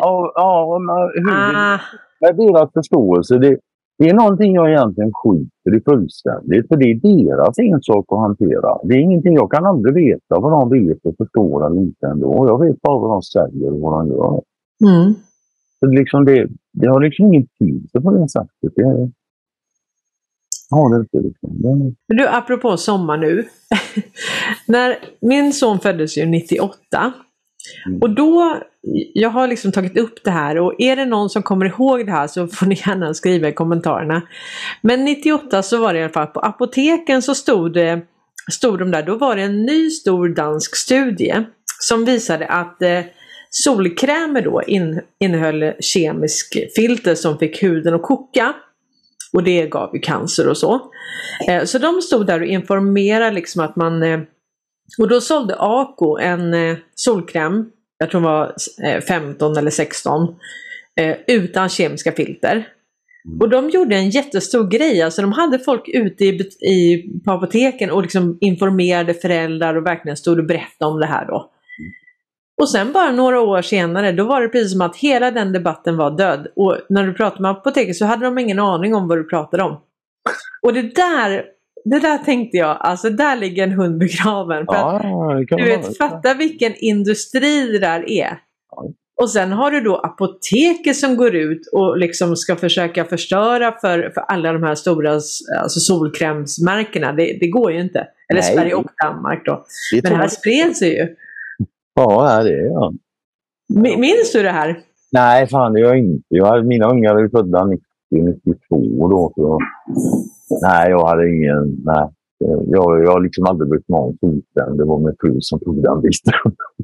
Med deras förståelse, det är någonting jag egentligen skiter i fullständigt. För det är deras ensak att hantera. Det är ingenting jag kan aldrig veta vad de vet och förstår eller inte ändå. Jag vet bara vad de säger och vad de gör. Så liksom det har liksom ingen tid på det sättet. Ja, det är inte liksom. Du, apropå sommar nu. När min son föddes ju 98. Och då, jag har liksom tagit upp det här, och är det någon som kommer ihåg det här så får ni gärna skriva i kommentarerna. Men 98 så var det i alla fall på apoteken så stod de där, då var det en ny stor dansk studie som visade att solkrämer då innehöll kemisk filter som fick huden att koka. Och det gav ju cancer och så. Så de stod där och informerade liksom att man... Och då sålde Ako en solkräm, jag tror det var 15 eller 16, utan kemiska filter. Och de gjorde en jättestor grej, alltså de hade folk ute på apoteken och liksom informerade föräldrar och verkligen stod och berättade om det här då. Och sen bara några år senare, då var det precis som att hela den debatten var död. Och när du pratade med apoteket så hade de ingen aning om vad du pratade om. Och det där tänkte jag, alltså där ligger en hund begraven. För att, du vet, fatta vilken industri det där är. Och sen har du då apoteket som går ut och liksom ska försöka förstöra för alla de här stora alltså solkrämsmärkena. Det går ju inte. Eller Nej. Sverige och Danmark då. Men det här spreds ju. Ja, det är ja. Minns du det här? Nej, fan det gör jag inte. Mina ungar är födda 92 då. Så. Nej, jag hade ingen... Nej. Jag har liksom aldrig blivit någon solkräm. Det var min fru som tog den biten.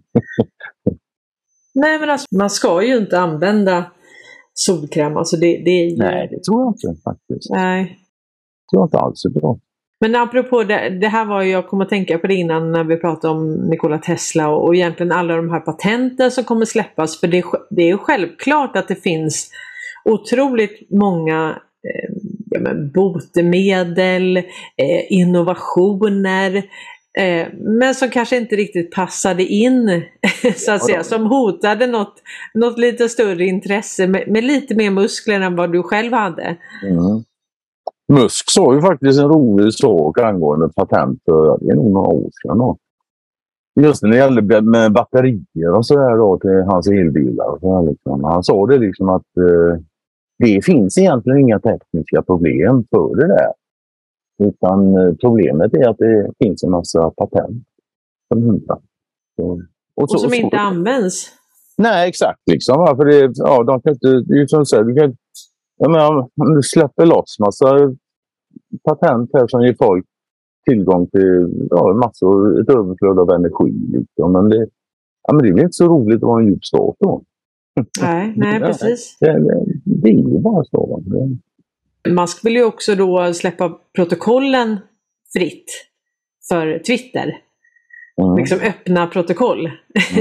Nej, men alltså, man ska ju inte använda solkräm. Alltså det är ju... Nej, det tror jag inte faktiskt. Nej. Det tror jag inte alls är bra. Men apropå det här var ju, jag kommer att tänka på det innan när vi pratade om Nikola Tesla och egentligen alla de här patenten som kommer släppas. För det är ju självklart att det finns otroligt många botemedel, innovationer, men som kanske inte riktigt passade in så att säga, som hotade något lite större intresse med lite mer muskler än vad du själv hade. Mm. Musk sa ju faktiskt en rolig sak angående patent för det är nog några år sedan då. Just när det gällde med batterier och sådär då till hans elbilar och så liksom. Han sa det liksom att det finns egentligen inga tekniska problem för det där. Utan problemet är att det finns en massa patent som hindrar. Och som inte används. Nej, exakt liksom. För det, ja, de kan inte, det är ju som säger, om du släpper loss massa patent här som ger folk tillgång till massor, ett överflöd av energi. Liksom. Men det blir inte så roligt att vara en djup stat då. Nej, precis. Det är ju bara så. Musk vill ju också då släppa protokollen fritt för Twitter. Liksom öppna protokoll.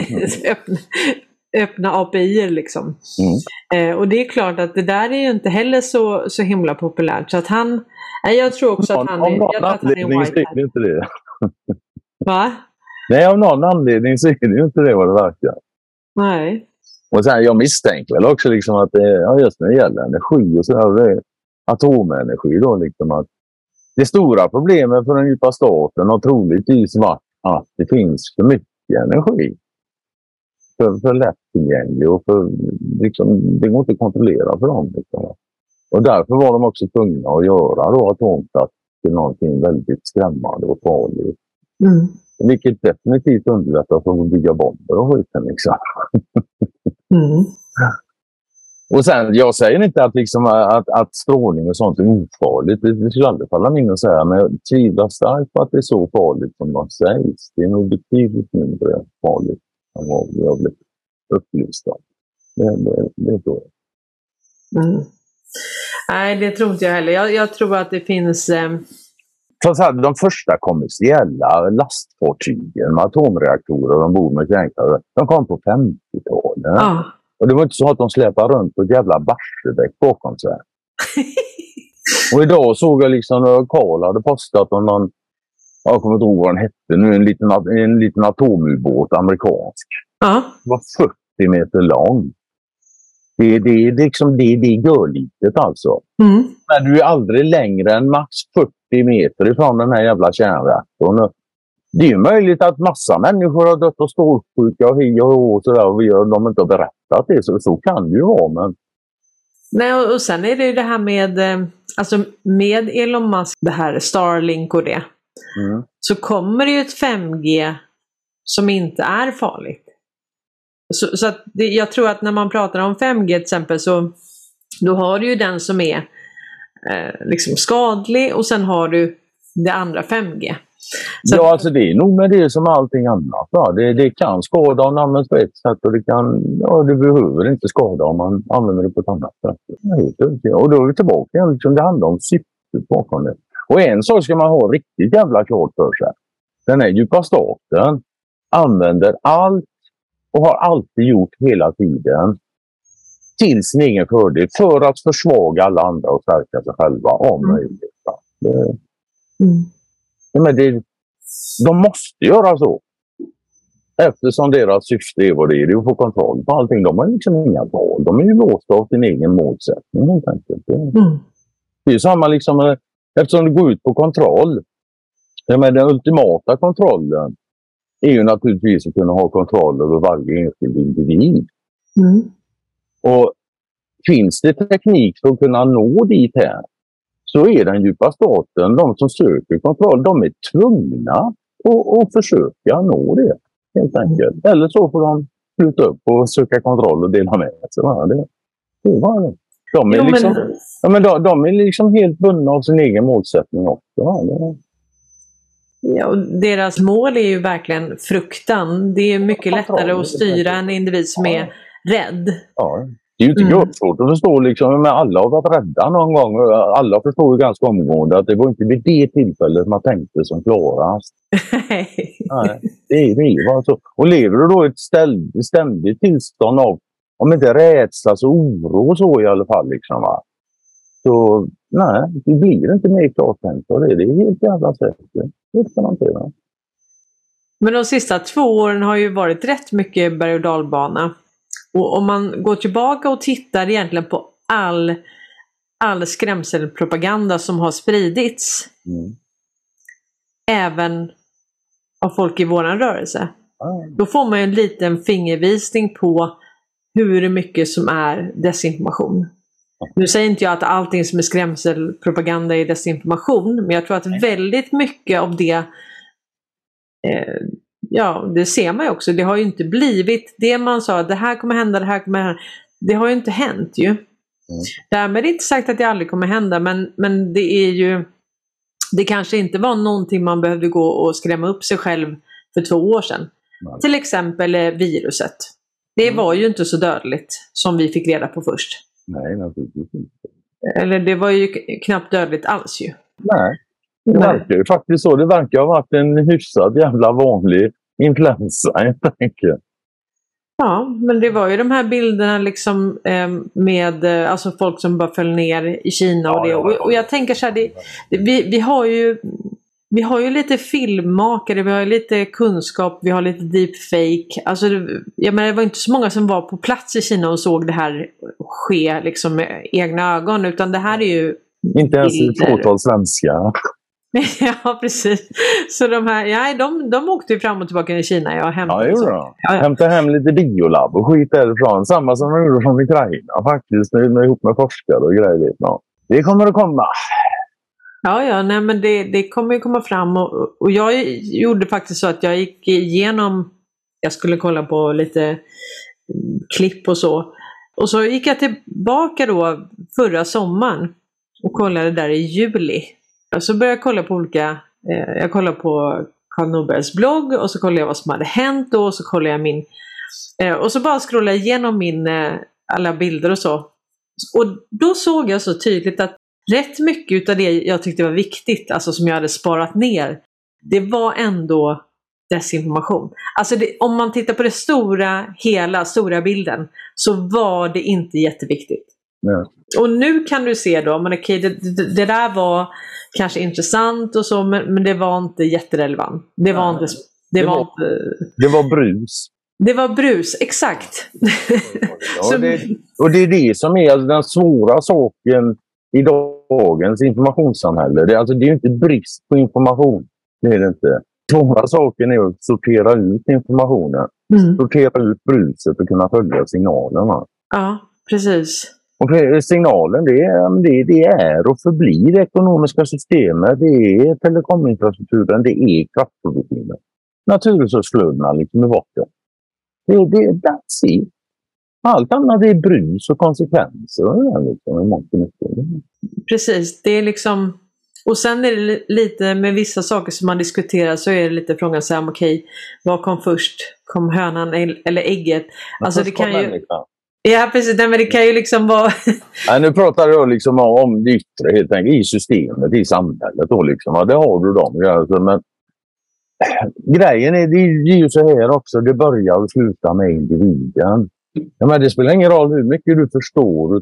öppna API liksom. Och det är klart att det där är ju inte heller så himla populärt. Så att jag tror också att han är... Av någon anledning så är det inte det. Va? Nej, av någon anledning så är det ju inte det vad det verkar. Nej. Och sen jag misstänker väl också liksom att just när det gäller energi och sådär, atomenergi då liksom att det stora problemet för den djupa staten har troligtvis varit att det finns för mycket energi. För lättillgänglig och för liksom, det går inte att kontrollera för dem. Liksom. Och därför var de också tvungna att göra då atomkraft till någonting väldigt skrämmande och farligt. Vilket definitivt underlättar för att bygga bomber och skiten liksom. Och sen, jag säger inte att, liksom, att strålning och sånt är ofarligt. Det skulle aldrig falla min att säga. Men jag tvivlar starkt på att det är så farligt som man säger. Det är nog betydligt mindre farligt än vad vi har blivit upplysta. Det är så. Nej, det tror inte jag heller. Jag tror att det finns... De första kommersiella lastfartygen med atomreaktorer ombord med kärnkraft, de kom på 50-talet. Och det var inte så att de släpade runt på ett jävla Barsebäck bakom sig. Och idag såg jag liksom när Karl hade postat om någon, jag kommer inte ihåg vad den hette nu, en liten atomubåt, amerikansk. Det var 40 meter lång. Det är liksom det är görlitet alltså. Men du är aldrig längre än max 40 meter ifrån den här jävla kärnreaktorn. Det är ju möjligt att massa människor har dött och stålsjuka och sådär och de inte har berättat det. Så kan det ju vara. Men... Nej, och sen är det ju det här med Elon Musk, det här Starlink och det. Så kommer det ju ett 5G som inte är farligt. Så att jag tror att när man pratar om 5G till exempel så då har du ju den som är liksom skadlig och sen har du det andra 5G. Så alltså det är nog med det som allting annat. Ja. Det kan skada om man använder på ett sätt och det behöver inte skada om man använder det på ett annat sätt. Och då är vi tillbaka liksom, det handlar om syftet bakom det. Och en sak ska man ha riktigt jävla klart för sig. Den här djupa staten använder allt och har alltid gjort hela tiden till sin egen fördel för att försvaga alla andra och stärka sig själva om möjligt. De måste göra så. Eftersom deras syfte är vad det är att få kontroll på allting. De har liksom inga val. De är ju låsta av sin egen målsättning. Helt enkelt. Det är ju samma liksom, eftersom det går ut på kontroll. Den ultimata kontrollen är ju naturligtvis att kunna ha kontroll över varje enskild individ. Och finns det teknik för att kunna nå dit här, så är den djupa staten, de som söker kontroll, de är tvungna att försöka nå det, helt enkelt. Eller så får de sluta upp och söka kontroll och dela med sig. Det var det. De är liksom helt bundna av sin egen målsättning också. Ja, och deras mål är ju verkligen fruktan. Det är mycket lättare att styra en individ som är rädd. Ja. Det är ju inte svårt att förstå liksom, men alla har varit rädda någon gång. Alla förstår ju ganska omgående att det var inte vid det tillfället man tänkte som klarast. Nej, det var så. Och lever du då i ett ständigt tillstånd av, om inte rädsla så oro så i alla fall liksom, va? Så nej, det blir inte mer klartänkt. Det är helt jävla säkert. Men de sista 2 åren har ju varit rätt mycket berg- och dalbana. Och om man går tillbaka och tittar egentligen på all skrämselpropaganda som har spridits. Även av folk i våran rörelse. Då får man ju en liten fingervisning på hur mycket som är desinformation. Nu säger inte jag att allting som är skrämselpropaganda är desinformation, men jag tror att väldigt mycket av det, det ser man ju också, det har ju inte blivit det man sa, det här kommer hända, det här kommer hända. Det har ju inte hänt ju. Därmed är det inte sagt att det aldrig kommer hända, men det är ju, det kanske inte var någonting man behövde gå och skrämma upp sig själv för 2 år sedan. Till exempel viruset. Det var ju inte så dödligt som vi fick reda på först. Nej, naturligtvis inte. Eller det var ju knappt dödligt alls ju. Nej, det verkar ju faktiskt så. Det verkar ha varit en hyfsad jävla vanlig influensa, helt enkelt. Ja, men det var ju de här bilderna liksom med alltså folk som bara föll ner i Kina och det. Och jag tänker så här, vi har ju lite filmmakare, vi har ju lite kunskap, vi har lite deepfake. Alltså, jag menar, det var inte så många som var på plats i Kina och såg det här ske liksom med egna ögon, utan det här är ju inte ens ett fåtal svenskar. Ja, precis. Så de här, de åkte ju fram och tillbaka i Kina. Hämta hem lite biolab och skit därifrån. Samma som de gjorde från Ukraina faktiskt, ihop med forskare och grejer. Ja. Det kommer att komma. Ja, nej, men det kommer ju komma fram. Och jag gjorde faktiskt så att jag gick igenom, jag skulle kolla på lite klipp och så. Och så gick jag tillbaka då förra sommaren och kollade där i juli. Och så började jag kolla på jag kollade på Carl Norbergs blogg och så kollade jag vad som hade hänt då, och så kollade jag min, och så bara scrollade jag igenom alla bilder och så. Och då såg jag så tydligt att rätt mycket av det jag tyckte var viktigt, alltså som jag hade sparat ner, det var ändå desinformation. Alltså om man tittar på det stora bilden, så var det inte jätteviktigt. Nej. Och nu kan du se då, men okej, det där var kanske intressant och så, men det var inte jätterelevant. Det var brus. Det var brus, exakt. Ja, det är det som är den svåra saken i dagens informationssamhälle. Det är ju inte brist på information. Det är det inte. Svåra saken är att sortera ut informationen. Sortera ut bruset och kunna följa signalerna. Ja, precis. Och signalen, det är och förblir det ekonomiska systemet, det är telekominfrastrukturen, det är kraftproduktionen. Naturresursflödena liksom i botten. That's it. Allt annat är brus och konsekvenser. Liksom, precis, det är liksom, och sen är det lite med vissa saker som man diskuterar, så är det lite frågan så här, okej, vad kom först? Kom hönan eller ägget? Alltså det kan ju... Ja, precis. Men det kan ju liksom vara... Nej, nu pratar jag liksom om det yttre helt enkelt, i systemet, i samhället. Då liksom. Ja, det har du dem. Alltså, men grejen är, det är ju så här också, det börjar och slutar med individen. Ja, men det spelar ingen roll hur mycket du förstår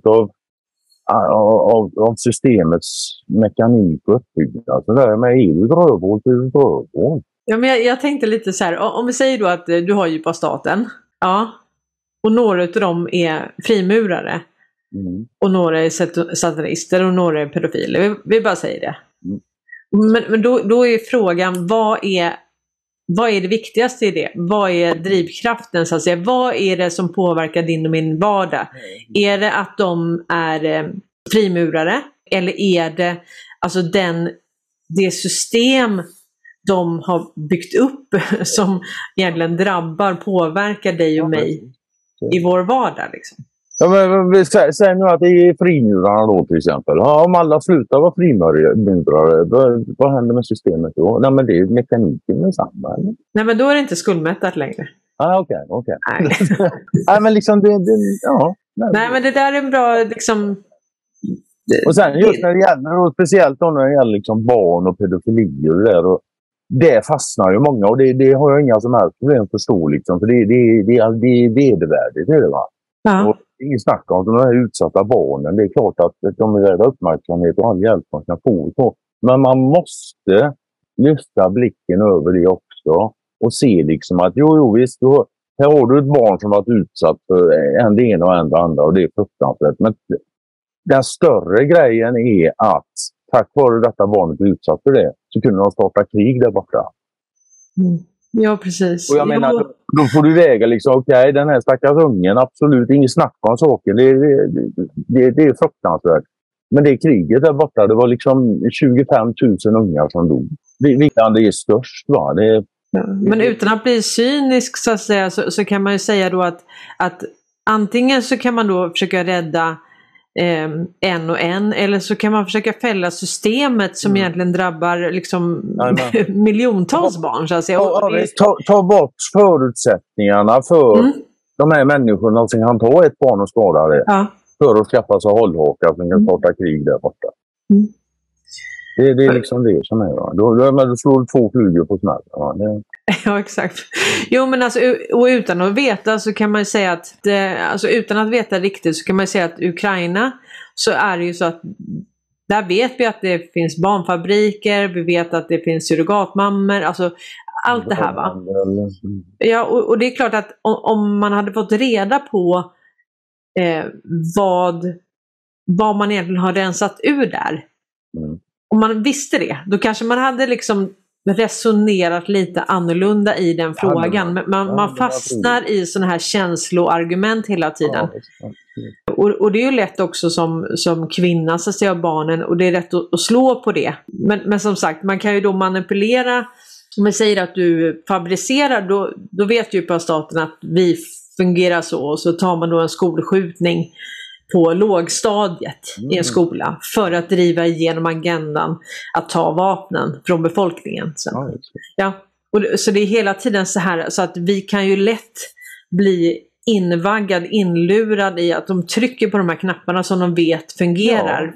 av systemets mekanik och uppbyggnad. Så där med rövhål till rövhål. Ja, men jag tänkte lite så här, om vi säger då att du har djupa staten. Ja. Och några av dem är frimurare. Och några är satanister och några är pedofiler. Vi bara säger det. Men då är frågan, vad är vad är det viktigaste i det? Vad är drivkraften så att säga? Vad är det som påverkar din och min vardag? Är det att de är frimurare? Eller är det alltså det system de har byggt upp som egentligen påverkar dig och mig i vår vardag liksom? Ja, men säg nu att det är frimurarna då till exempel. Ja, om alla slutar vara frimurare, vad händer med systemet då? Nej, men det är mekaniken med samma. Eller? Nej, men då är det inte skuldmättat längre. Okej. Nej, men liksom ja. Nej, men det där är en bra liksom... Och sen just när det gäller, och speciellt då när det gäller liksom barn och pedofili och det där, och det fastnar ju många, och det har jag inga som helst problem att förstå liksom, för det är vedervärdigt, är det va? Ja. Och ingen snack om de här utsatta barnen. Det är klart att de vill rädda uppmärksamhet och all hjälp man kan få. Men man måste lyfta blicken över det också och se liksom att jo visst, här har du ett barn som varit utsatt för en det ena och en det andra, och det är fruktansvärt. Men den större grejen är att tack vare detta barnet är utsatt för det så kunde de starta krig där borta. Mm. Ja, precis. Och jag menar, då får du väga liksom, okej, den här stackars ungen, absolut, ingen snack om saken. Det är fruktansvärt. Men det kriget där borta, det var liksom 25 000 ungar som dog. Vilka det är störst, va? Men utan att bli cynisk så att säga, så kan man ju säga då att antingen så kan man då försöka rädda en och en, eller så kan man försöka fälla systemet som egentligen drabbar liksom miljontals barn så att säga. Ta bort förutsättningarna för de här människorna som kan ta ett barn och skada det för att skaffa sig hållhakar som kan starta krig där borta. Det är liksom det som är. Då slår du 2 flugor på smäll. Ja, exakt. Jo, men alltså, och utan att veta så kan man säga att alltså utan att veta riktigt så kan man säga att Ukraina så är det ju så att där vet vi att det finns barnfabriker, vi vet att det finns surrogatmammor, alltså allt det här va. Ja, och det är klart att om man hade fått reda på vad man egentligen har rensat ur där. Om man visste det, då kanske man hade liksom resonerat lite annorlunda i den frågan. Men man fastnar i sådana här känsloargument hela tiden. Och det är ju lätt också som kvinna så att säga, barnen, och det är lätt att slå på det. Men som sagt, man kan ju då manipulera. Om man säger att du fabricerar, då vet ju på staten att vi fungerar så, och så tar man då en skolskjutning på lågstadiet i en skola för att driva igenom agendan att ta vapnen från befolkningen. Så det är hela tiden så här, så att vi kan ju lätt bli inlurad i att de trycker på de här knapparna som de vet fungerar.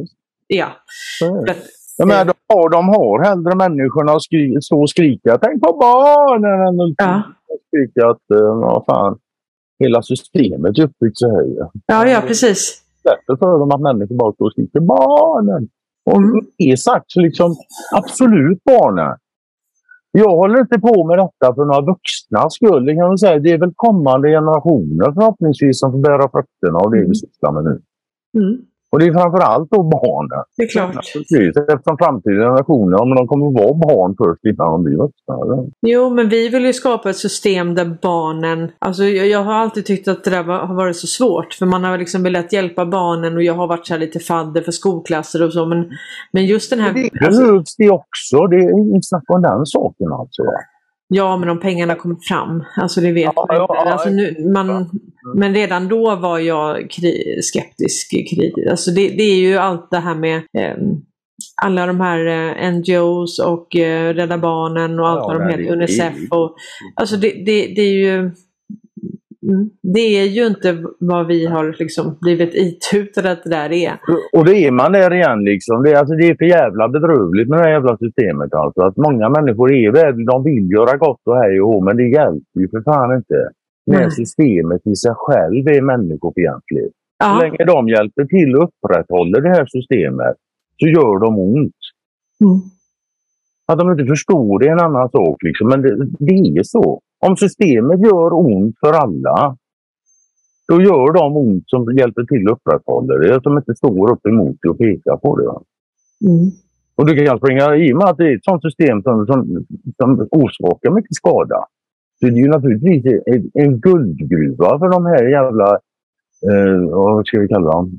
De har hellre människorna att stå och skrika tänk på barnen än skrika att vad fan. Hela systemet är uppbyggt så här. Ja, precis. Därför för dem att människor bara står och skriker barnen. Och det är sagt så liksom, absolut barnen. Jag håller inte på med detta för några vuxna skull. Det kan man säga. Det är väl kommande generationer förhoppningsvis som får bära frukterna av det vi sysslar med nu. Och det är framförallt då barnen. Det är klart. Eftersom framtida generationer, om de kommer att vara barn först innan de blir vuxna. Jo, men vi vill ju skapa ett system där barnen... Alltså jag har alltid tyckt att det där har varit så svårt. För man har liksom velat hjälpa barnen, och jag har varit så här lite fadder för skolklasser och så. Men just den här... Det behövs det också. Det är inte snack om den saken alltså. Ja, men om pengarna kommer fram. Alltså det vet man inte. Alltså men redan då var jag skeptisk. Alltså det är ju allt det här med alla de här NGOs och Rädda Barnen och allt vad de heter, UNICEF. Och, alltså det är ju... Det är ju inte vad vi har liksom blivit itutade att det där är. Och det är man där igen liksom. Det är för jävla bedrövligt med det här jävla systemet alltså. Att många människor de vill göra gott och hej och men det hjälper ju för fan inte. När systemet i sig själv är människofientligt. Så länge de hjälper till och upprätthåller det här systemet så gör de ont. Att de inte förstår det är en annan sak liksom. Men det är så. Om systemet gör ont för alla, då gör de ont som hjälper till att upprätthålla det. Som inte står upp emot det och pekar på det. Och du kan springa, i och med att det är ett sånt system som orsakar mycket skada. Så det är ju naturligtvis en guldgruva för de här jävla, vad ska vi kalla dem?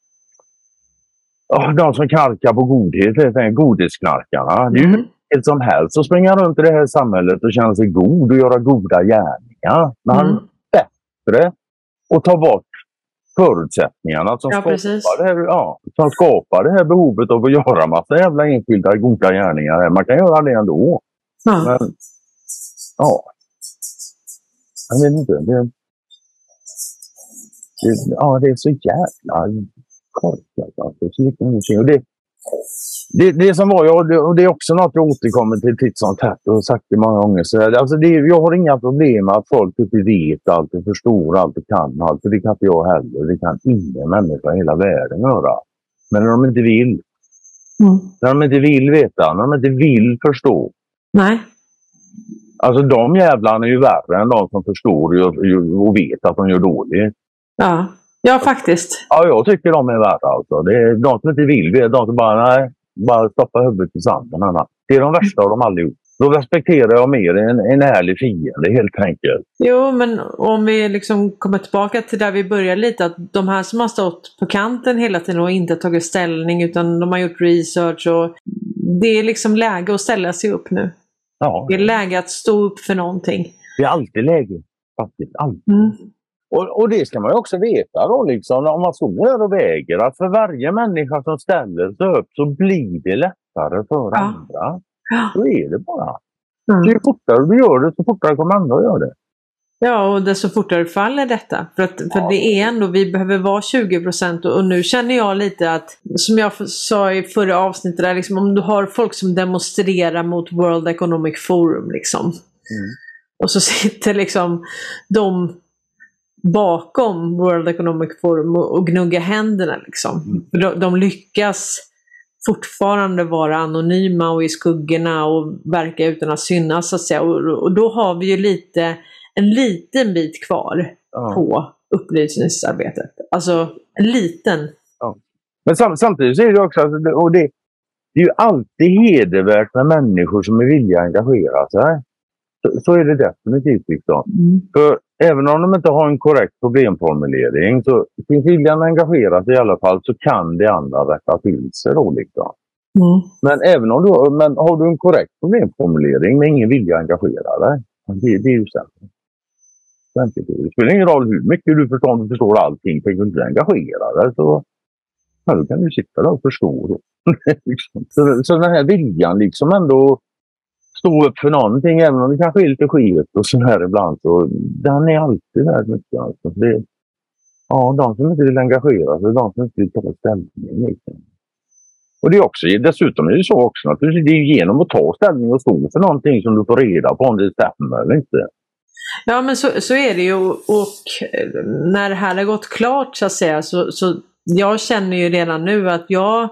De som knarkar på godhet, godhetsknarkarna. Det är ju helt som helst att springa runt i det här samhället och känna sig god och göra goda gärningar. Men han är bättre att ta bort förutsättningarna som skapar det här behovet av att göra massa jävla enskilda goda gärningar. Man kan göra det ändå. Men, jag vet inte. Det är så jävla korkat. Alltså. Det som var, och det är också något jag återkommer till titt som tätt och sagt det många gånger. Så, alltså jag har inga problem med att folk inte vet allt och förstår allt och kan allt. För det kan inte jag heller. Det kan ingen människa i hela världen göra. Men när de inte vill. När de inte vill veta. När de inte vill förstå. Nej. Alltså de jävlarna är ju värre än de som förstår och vet att de gör dåligt. Ja, faktiskt. Ja, jag tycker de är värre alltså. Det är de som inte vill, det är de som bara stoppar huvudet i sanden. Det är de värsta av dem allihop. Då respekterar jag mer en ärlig fiende helt enkelt. Jo, men om vi liksom kommer tillbaka till där vi började lite, att de här som har stått på kanten hela tiden och inte tagit ställning utan de har gjort research och det är liksom läge att ställa sig upp nu. Ja. Det är läge att stå upp för någonting. Det är alltid läge, faktiskt. Alltid. Och det ska man ju också veta då, liksom, om man står där och väger, att för varje människa som ställer sig upp så blir det lättare för andra. Så är det bara. Ju fortare du gör det, så fortare kommer andra att göra det. Ja, och desto fortare faller detta. För det är ändå, vi behöver vara 20% och nu känner jag lite att, som jag sa i förra avsnittet, där, liksom, om du har folk som demonstrerar mot World Economic Forum liksom. Och så sitter liksom de bakom World Economic Forum och gnugga händerna liksom. De lyckas fortfarande vara anonyma och i skuggorna och verka utan att synas så att säga. Och då har vi ju en liten bit kvar på upplysningsarbetet. Alltså en liten. Men samtidigt så är det också, och det är ju alltid hedervärt med människor som är villiga att engagera sig. Så är det definitivt liksom. För även om de inte har en korrekt problemformulering, så finns viljan att engagera sig i alla fall, så kan det andra rätta till sig då liksom. Men även om har du en korrekt problemformulering med ingen vilja att engagera dig, det är ju sämre. Det spelar ingen roll hur mycket du förstår allting, för du inte engagera dig, så då kan du sitta där och förstå. Så den här viljan liksom ändå stå upp för någonting, även om det kanske är lite skit och så här ibland, så den är alltid värd mycket. Alltså. De som inte vill engagera sig, de som inte vill ta ställning. Liksom. Och det är också, dessutom är det så också att det är genom att ta ställning och stå för någonting som du får reda på om det stämmer eller inte. Ja, men så är det ju, och när det här har gått klart så att säga, så jag känner ju redan nu att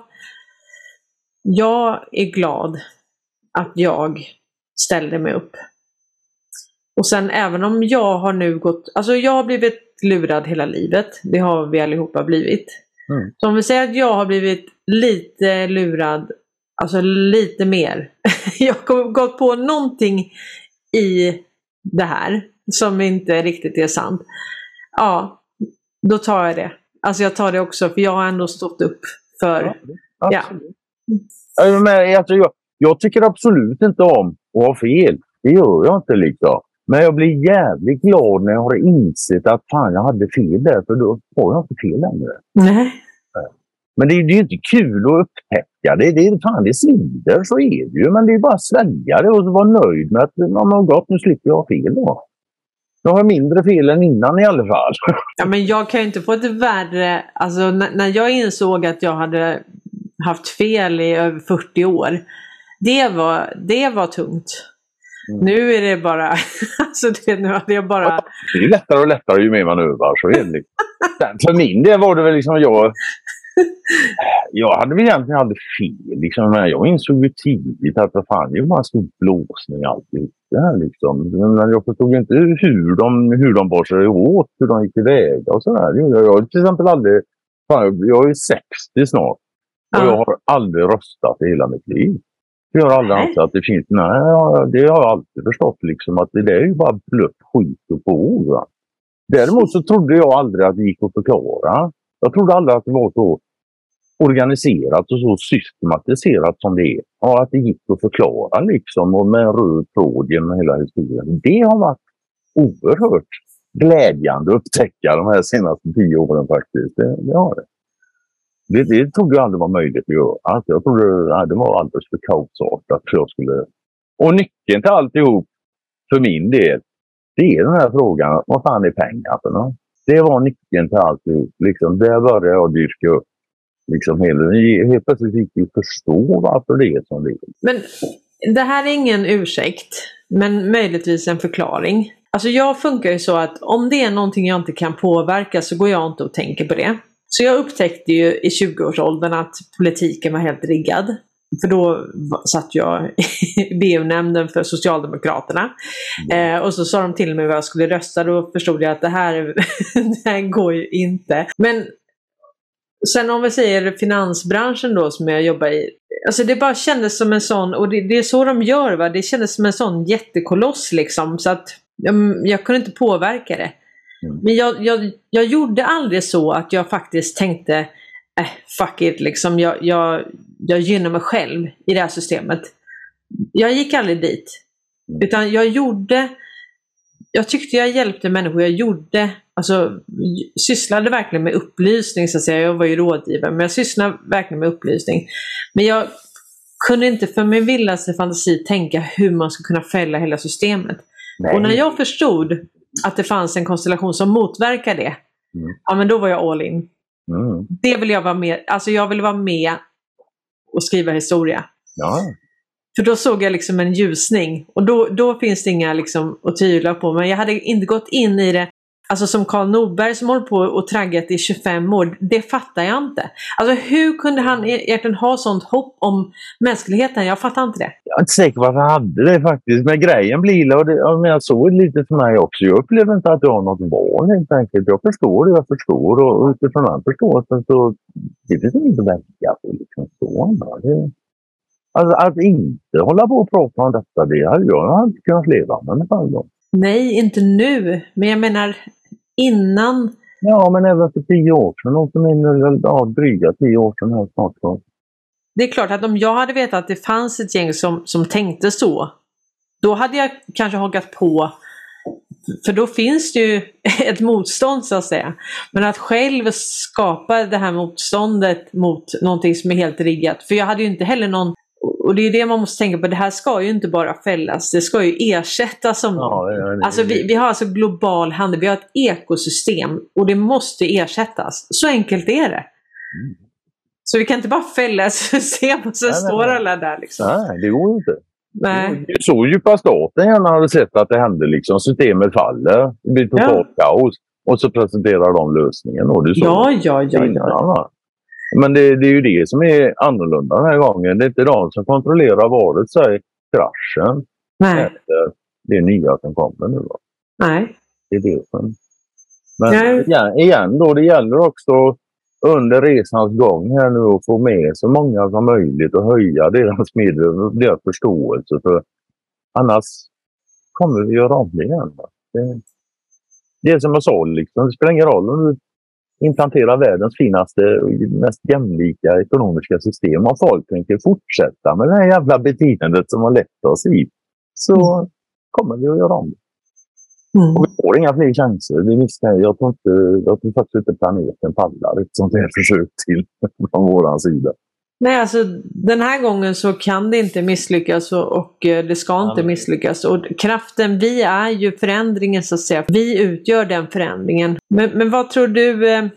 jag är glad att jag ställde mig upp. Och sen även om jag har nu jag har blivit lurad hela livet. Det har vi allihopa blivit. Så om vi säger att jag har blivit lite lurad, alltså lite mer. Jag har gått på någonting i det här som inte riktigt är sant. Ja, då tar jag det. Alltså jag tar det också, för jag har ändå stått upp för... Jag tycker absolut inte om att ha fel. Det gör jag inte liksom. Men jag blir jävligt glad när jag har insett att fan, jag hade fel där. För då har jag inte fel längre. Nej. Men det är ju inte kul att upptäcka. Det svider, så är det ju. Men det är bara att svälja det och vara nöjd med att nu slipper jag ha fel då. Jag har mindre fel än innan i alla fall. Ja, men jag kan ju inte få ett värre... Alltså när jag insåg att jag hade haft fel i över 40 år. Det var tungt. Nu är det bara... nu hade jag bara... Det är lättare och lättare ju mer man övar. Så är det. För min del var det väl liksom jag hade väl egentligen aldrig fel. Liksom, men jag insåg ju tidigt att det var bara en stor blåsning alltid. Liksom. Men jag förstod inte hur de bar sig åt, hur de gick iväg och sådär. Jag har till exempel aldrig... jag är 60 snart. Och jag har aldrig röstat i hela mitt liv. Jag har aldrig ansett att det finns... Nej, det har jag alltid förstått liksom, att det är ju bara bluff, skit och på. Va? Däremot så trodde jag aldrig att det gick att förklara. Jag trodde aldrig att det var så organiserat och så systematiserat som det är. Och att det gick att förklara liksom, och med en röd tråd genom hela historien. Det har varit oerhört glädjande att upptäcka de här senaste 10 åren faktiskt. Det har det. Det trodde jag aldrig var möjligt att göra. Alltså, jag trodde att det var alldeles för kaosartat för jag skulle... Och nyckeln till alltihop för min del, det är den här frågan, vad fan är pengar för något? Det var nyckeln till alltihop. Liksom, där började jag dyrka upp. Liksom helt plötsligt fick jag förstå varför det är som det är. Men det här är ingen ursäkt, men möjligtvis en förklaring. Alltså jag funkar ju så att om det är någonting jag inte kan påverka så går jag inte och tänker på det. Så jag upptäckte ju i 20-årsåldern att politiken var helt riggad. För då satt jag i BU-nämnden för Socialdemokraterna. Och så sa de till mig vad jag skulle rösta. Då förstod jag att det här går ju inte. Men sen om vi säger finansbranschen då som jag jobbar i. Alltså det bara kändes som en sån, och det är så de gör va. Det kändes som en sån jättekoloss liksom. Så att jag kunde inte påverka det. Men jag gjorde aldrig så att jag faktiskt tänkte fuck it liksom, jag gynnar mig själv i det här systemet. Jag gick aldrig dit. Utan jag tyckte jag hjälpte människor. Sysslade verkligen med upplysning så att säga. Jag var ju rådgivare, men jag sysslade verkligen med upplysning. Men jag kunde inte för min villaste fantasi tänka hur man ska kunna fälla hela systemet. Nej. Och när jag förstod att det fanns en konstellation som motverkar det, ja men då var jag all in. Det vill jag vara med, alltså jag vill vara med och skriva historia. Ja. För då såg jag liksom en ljusning. Och då finns det inga liksom att tvivla på. Men jag hade inte gått in i det. Alltså som Karl Norberg som håller på och traggat i 25 år. Det fattar jag inte. Alltså hur kunde han egentligen ha sånt hopp om mänskligheten? Jag fattar inte det. Jag är inte säker på att han hade det faktiskt. Men grejen blir, och jag såg lite för mig också. Jag upplever inte att jag har något val helt enkelt. Jag förstår det, jag förstår. Och utifrån den förståelsen så det finns inte att välja på liksom så. Alltså att inte hålla på och prata om detta, det hade jag inte kunnat leva med det. Nej, inte nu. Men jag menar innan. Ja, men även för 10 år sedan. Dryga 10 år sedan här snart. Det är klart att om jag hade vetat att det fanns ett gäng som tänkte så, då hade jag kanske hakat på. För då finns det ju ett motstånd så att säga. Men att själv skapa det här motståndet mot någonting som är helt riggat. För jag hade ju inte heller någon. Och det är det man måste tänka på. Det här ska ju inte bara fällas. Det ska ju ersättas som alltså vi har alltså global handel. Vi har ett ekosystem. Och det måste ersättas. Så enkelt är det. Så vi kan inte bara fälla ett system och så står alla där liksom. Nej, det går inte. Nej. Så djupa staten gärna hade sett att det hände liksom. Systemet faller. Det blir totalt kaos. Och så presenterar de lösningen. Och det är så ja. Men det är ju det som är annorlunda den här gången. Det är inte de som kontrollerar vare sig kraschen eller det nya som kommer nu. Va? Nej. Det är det som... Men igen då, det gäller också under resans gång här nu att få med så många som möjligt och höja deras förståelse. För annars kommer vi göra om det igen. Va? Det är som jag sa, liksom, det spelar ingen roll om du implantera världens finaste och mest jämlika ekonomiska system. Om folk tänker fortsätta med det här jävla beteendet som har lett oss hit, så kommer vi att göra om det. Och vi får inga fler chanser. Jag tror faktiskt inte planeten pallar ett sånt här försök till från våran sida. Nej, alltså den här gången så kan det inte misslyckas och det ska inte misslyckas. Och kraften, vi är ju förändringen så att säga. Vi utgör den förändringen. Men vad tror du,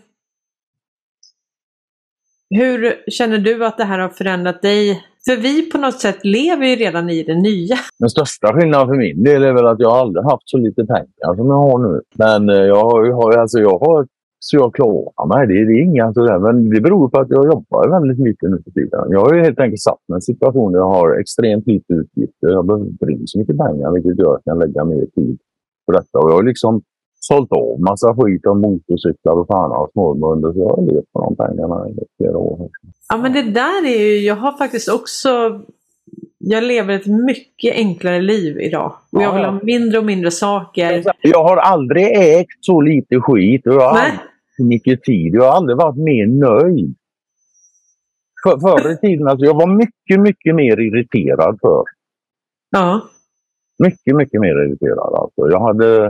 hur känner du att det här har förändrat dig? För vi på något sätt lever ju redan i det nya. Den största skillnaden för min del är väl att jag aldrig haft så lite pengar som jag har nu. Men jag har så jag klarar mig. Det är inga sådär. Men det beror på att jag jobbar väldigt mycket nu för tiden. Jag har ju helt enkelt satt mig i en situation där jag har extremt lite utgifter. Jag behöver inte bry så mycket pengar, vilket gör att jag kan lägga mer tid på detta. Och jag har liksom sålt av massa skit om motorcyklar och fan och småbönder. Så jag har levt på de pengarna i flera år. Ja, men det där är ju, jag har faktiskt också, jag lever ett mycket enklare liv idag. Och jag vill ha mindre och mindre saker. Jag har aldrig ägt så lite skit och jag har aldrig så mycket tid. Jag har aldrig varit mer nöjd. Förr i tiden, alltså, jag var mycket, mycket mer irriterad för. Ja. Mycket, mycket mer irriterad. Alltså. Jag hade...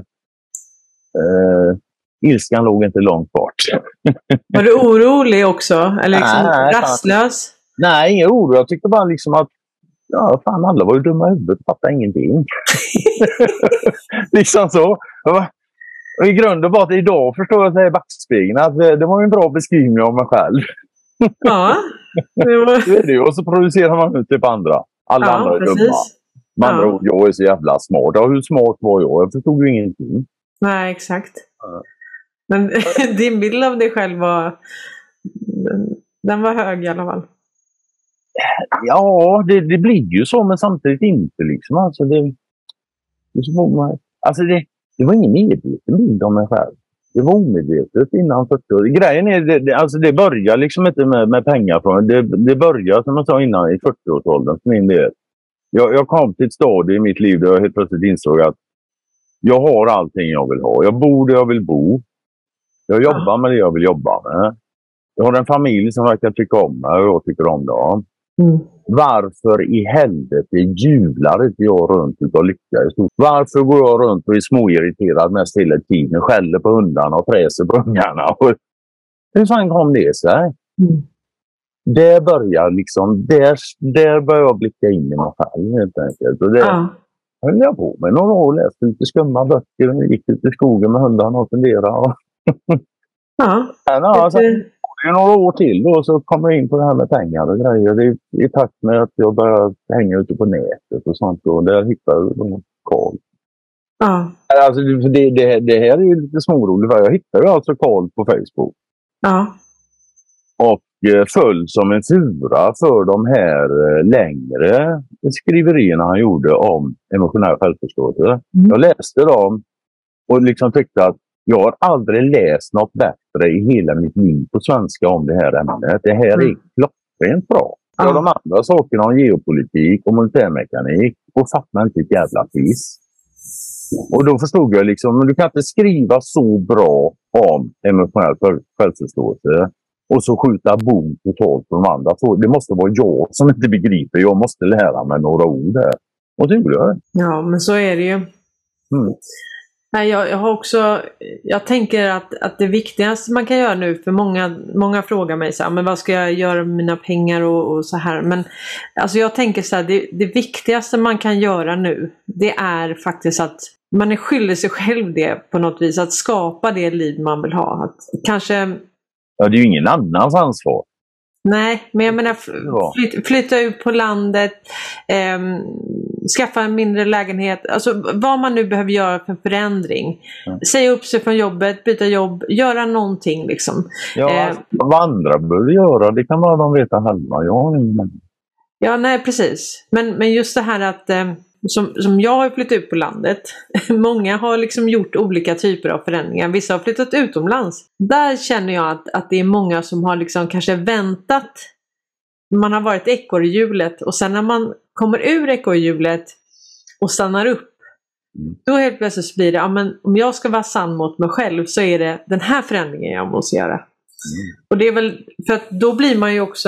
ilskan låg inte långt bort. Var du orolig också? Eller liksom rastlös? Nej, ingen oro. Jag tyckte bara liksom att fan, alla var ju dumma i huvudet. Fattade ingenting. Liksom så. Och i grund och botten idag förstår jag att det är backspegeln. Att det var ju en bra beskrivning av mig själv. Ja. Det är det. Och så producerar man ut det på andra. Alla andra är dumma. Med andra ord, jag är så jävla smart. Ja, hur smart var jag? Jag förstod ju ingenting. Nej, exakt. Men din bild av dig själv var... Den var hög i alla fall. Ja, det blir ju så, men samtidigt inte liksom. Alltså, det var ingen medveten bild om mig själv. Det var omedvetet innan 40 år. Grejen är, det börjar liksom inte med pengar från. Det börjar, som jag sa innan, i 40-årsåldern för min del. Jag kom till ett stadie i mitt liv där jag helt plötsligt insåg att jag har allting jag vill ha. Jag bor där jag vill bo. Jag jobbar med det jag vill jobba med. Jag har en familj som verkar tycka om mig och jag tycker om dem. Varför i helvete jublar inte jag runt och lyckas? Varför går jag runt och är småirriterad mest hela tiden? Skäller på hundarna och fräser på ungarna. Hur fan kom det sig? Det börjar liksom, där börjar jag blicka in i mig själv helt enkelt. Och det höll jag på med några år, läste lite skumma böcker och gick ut i skogen med hundarna och funderade. Det är några år till då, så kommer jag in på det här med pengar och grejer. Det är i takt med att jag börjar hänga ute på nätet och sånt. Och där hittar jag någon Karl. Alltså, det här är ju lite småroligt. Jag hittar ju alltså Karl på Facebook. Och föll som en fura för de här längre skriverierna han gjorde om emotionell självförståelse. Jag läste dem och liksom tyckte att jag har aldrig läst något bättre i hela mitt liv på svenska om det här ämnet. Det här är klockrent bra. Ja, de andra sakerna om geopolitik och monetärmekanik och fattar inte ett jävla piss. Och då förstod jag liksom, men du kan inte skriva så bra om emotionell självförståelse och så skjuta bom totalt på de andra. Så det måste vara jag som inte begriper. Jag måste lära mig några ord här. Och det gjorde jag. Ja, men så är det ju. Nej, jag har också, jag tänker att det viktigaste man kan göra nu, för många frågar mig så här, men vad ska jag göra med mina pengar och så här, men alltså jag tänker så här, det viktigaste man kan göra nu, det är faktiskt att man är skyldig sig själv det på något vis, att skapa det liv man vill ha, att kanske... Ja, det är ju ingen annans ansvar. Nej, men jag menar flytta ut på landet, skaffa en mindre lägenhet, alltså vad man nu behöver göra för förändring. Säga upp sig från jobbet, byta jobb, göra någonting liksom. Ja, vad andra behöver göra, det kan vara de veta själva. Ja, nej precis. Men just det här att som jag har flyttat ut på landet, många har liksom gjort olika typer av förändringar. Vissa har flyttat utomlands. Där känner jag att det är många som har liksom kanske väntat. Man har varit ekorrhjulet och sen när man kommer ur ekorrhjulet och stannar upp, då helt plötsligt blir det, ja, men om jag ska vara sann mot mig själv så är det den här förändringen jag måste göra. Och det är väl, för att då blir man ju också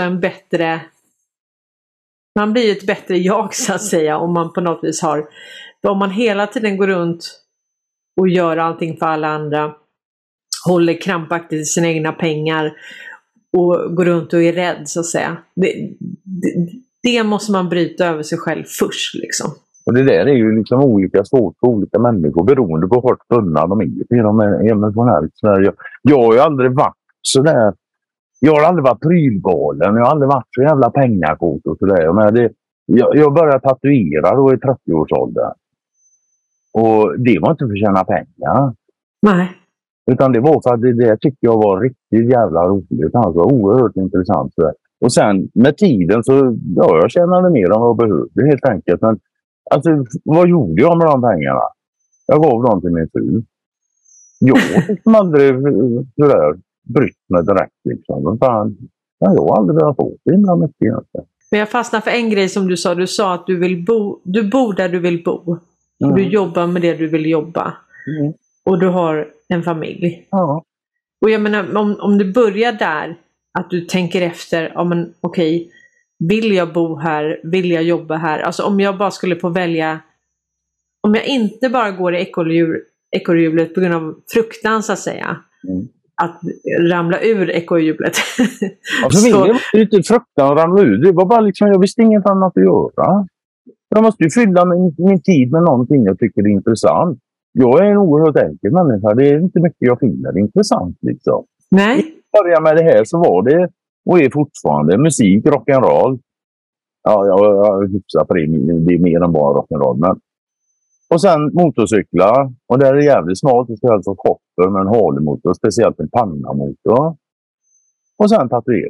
man blir ett bättre jag så att säga, om man på något vis om man hela tiden går runt och gör allting för alla andra, håller krampaktigt i sina egna pengar och går runt och är rädd så att säga. Det måste man bryta över sig själv först liksom. Och det där är ju liksom olika svårt för olika människor beroende på vart bundna de är. Jag har ju aldrig varit så där. Jag har aldrig varit prylgalen. Jag har aldrig varit så jävla pengakort och sådär. Jag började tatuera då i 30-årsåldern. Och det var inte för att tjäna pengar. Nej. Utan det var för att det tyckte jag var riktigt jävla roligt. Alltså oerhört intressant. Och sen med tiden så, jag tjänade mer än vad jag behövde helt enkelt. Men alltså, vad gjorde jag med de pengarna? Jag gav dem till min fru. Jag har liksom aldrig sådär brytt mig direkt liksom. Men fan, jag har aldrig velat få så himla mycket egentligen. Men jag fastnar för en grej som du sa. Du sa att du bor där du vill bo. Och du jobbar med det du vill jobba. Mm. Och du har en familj. Ja. Och jag menar, om du börjar där, att du tänker efter, ja men okej, vill jag bo här, vill jag jobba här? Alltså om jag bara skulle få välja, om jag inte bara går i ekorrhjulet på grund av fruktan så att säga, att ramla ur ekorrhjulet. Alltså så... det inte fruktan att ramla ur, det var bara liksom, jag visste inget annat att göra. Jag måste ju fylla min tid med någonting jag tycker är intressant. Jag är en oerhört enkel människa. Det är inte mycket jag finner intressant liksom. Nej. I början med det här så var det och är fortfarande musik, rock'n'roll. Ja, jag hyfsar på det. Det är mer än bara rock'n'roll. Men... Och sen motorcyklar. Och det är jävligt smart. Det ska alltså hopper med en Harley-motor. Speciellt en Panna-motor. Och sen tatuering.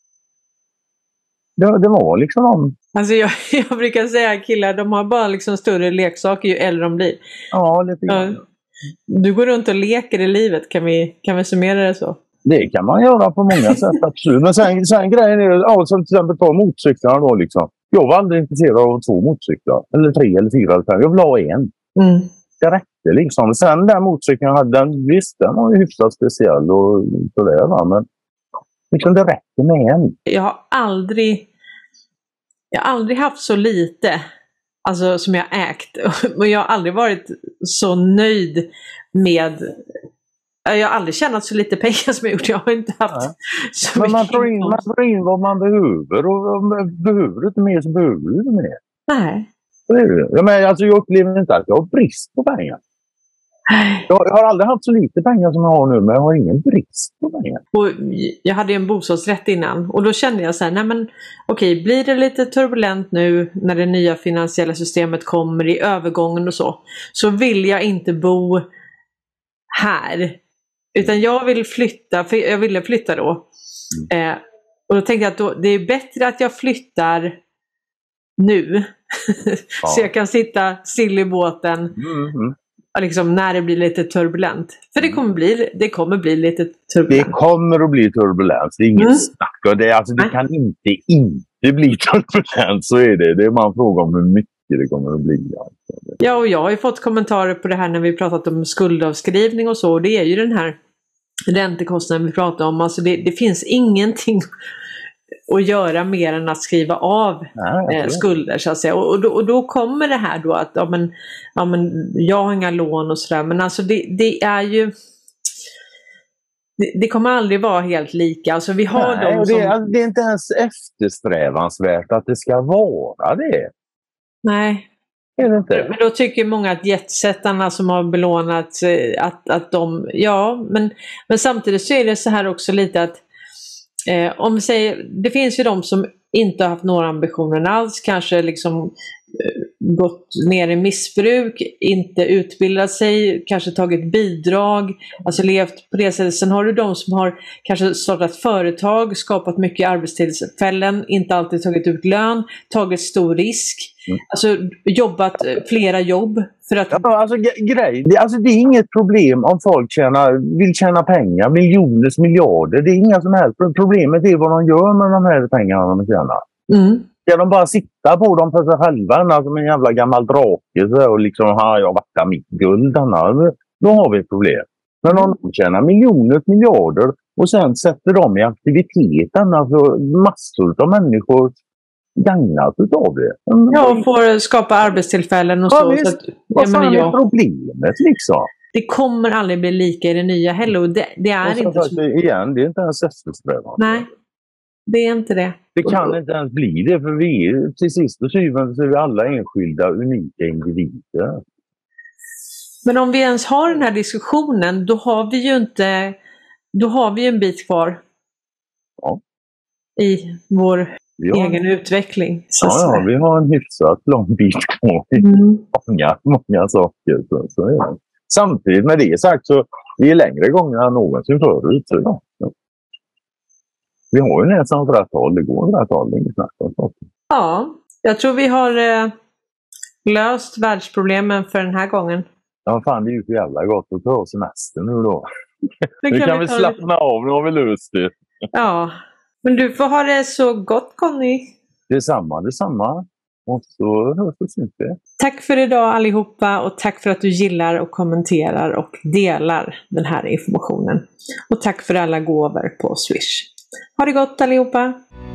Det var liksom... Alltså jag brukar säga att killar, de har bara liksom större leksaker ju äldre de blir. Ja, lite grann. Du går runt och leker i livet, kan vi summera det så? Det kan man göra på många sätt, absolut. Men sen grejen är, ja, som till exempel ta motorcyklarna då liksom. Jag var aldrig intresserad av 2 motorcyklar. Eller 3 eller 4 eller 5. Jag ville ha en. Det räckte liksom. Sen den motorcykeln jag hade, den var ju hyfsat speciell och sådär va. Men liksom det räckte med en. Jag har aldrig haft så lite, alltså som jag ägt. Och jag har aldrig varit så nöjd med... Jag har aldrig tjänat så lite pengar som jag gjort. Jag har inte haft så men mycket. Man får in vad man behöver. Och behöver du inte mer så behöver du inte mer. Nej. Så är det. Jag upplever inte att jag har brist på pengar. Jag har aldrig haft så lite pengar som jag har nu, men jag har ingen brist på pengar. Och jag hade en bostadsrätt innan och då kände jag så här, nej men okej, blir det lite turbulent nu när det nya finansiella systemet kommer i övergången och så vill jag inte bo här. Utan jag vill flytta, för jag ville flytta då. Och då tänkte jag att det är bättre att jag flyttar nu. Så jag kan sitta still i båten. Liksom när det blir lite turbulent. För det kommer bli lite turbulent. Det kommer att bli turbulens. Det är inget snack. Och det kan inte bli turbulent. Så är det. Det är man frågar om hur mycket det kommer att bli. Alltså. Ja, och jag har ju fått kommentarer på det här när vi pratat om skuldavskrivning och så. Och det är ju den här räntekostnaden vi pratar om. Alltså det finns ingenting att göra mer än att skriva av skulder så att säga. Och då kommer det här då att men jag har inga lån och sådär. Men alltså det är ju... Det kommer aldrig vara helt lika. Alltså vi har det är inte ens eftersträvansvärt att det ska vara det. Nej. Är det inte? Men då tycker många att jetsättarna som har belånat att de... Ja, men samtidigt så är det så här också lite att om vi säger, det finns ju de som inte har haft några ambitioner alls, kanske liksom gått ner i missbruk, inte utbildat sig, kanske tagit bidrag, alltså levt på det sättet. Sen har du de som har kanske startat företag, skapat mycket arbetstillfällen, inte alltid tagit ut lön, tagit stor risk, alltså jobbat flera jobb för att... Ja, alltså det är inget problem om folk vill tjäna pengar, miljarder, det är inga som helst. Problemet är vad de gör med de här pengarna de tjänar. Ska de bara sitta på dem för sig själva som en jävla gammal drake och liksom, jag vaktar mitt guld. Då har vi ett problem. Men om de tjänar miljarder och sen sätter de i aktiviteten, alltså massor av människor gagnas utav det. Ja, och får skapa arbetstillfällen och så. Visst. Så att, vad fan är problemet liksom? Det kommer aldrig bli lika i det nya heller. Och det är inte så... Igen, det är inte ens eftersträvan. Nej, det är inte det. Det kan inte ens bli det, för vi är till sist och syvende så är vi alla enskilda, unika individer. Men om vi ens har den här diskussionen, då har vi ju en bit kvar i vår egen utveckling. Ja, vi har en hyfsat lång bit kvar i många saker. Så är det. Samtidigt med det sagt så vi är längre gånger än någonsin förut. Så vi har ju nästan åt rätt håll, det går åt rätt håll. Ja, jag tror vi har löst världsproblemen för den här gången. Ja, fan, det är ju så jävla gott att ta semester nu då. Nu kan vi ta slappna av, nu har vi löst det. Ja, men du får ha det så gott, Conny. Detsamma. Och så hörs vi inte. Tack för idag allihopa och tack för att du gillar och kommenterar och delar den här informationen. Och tack för alla gåvor på Swish. Ha det gott allihopa!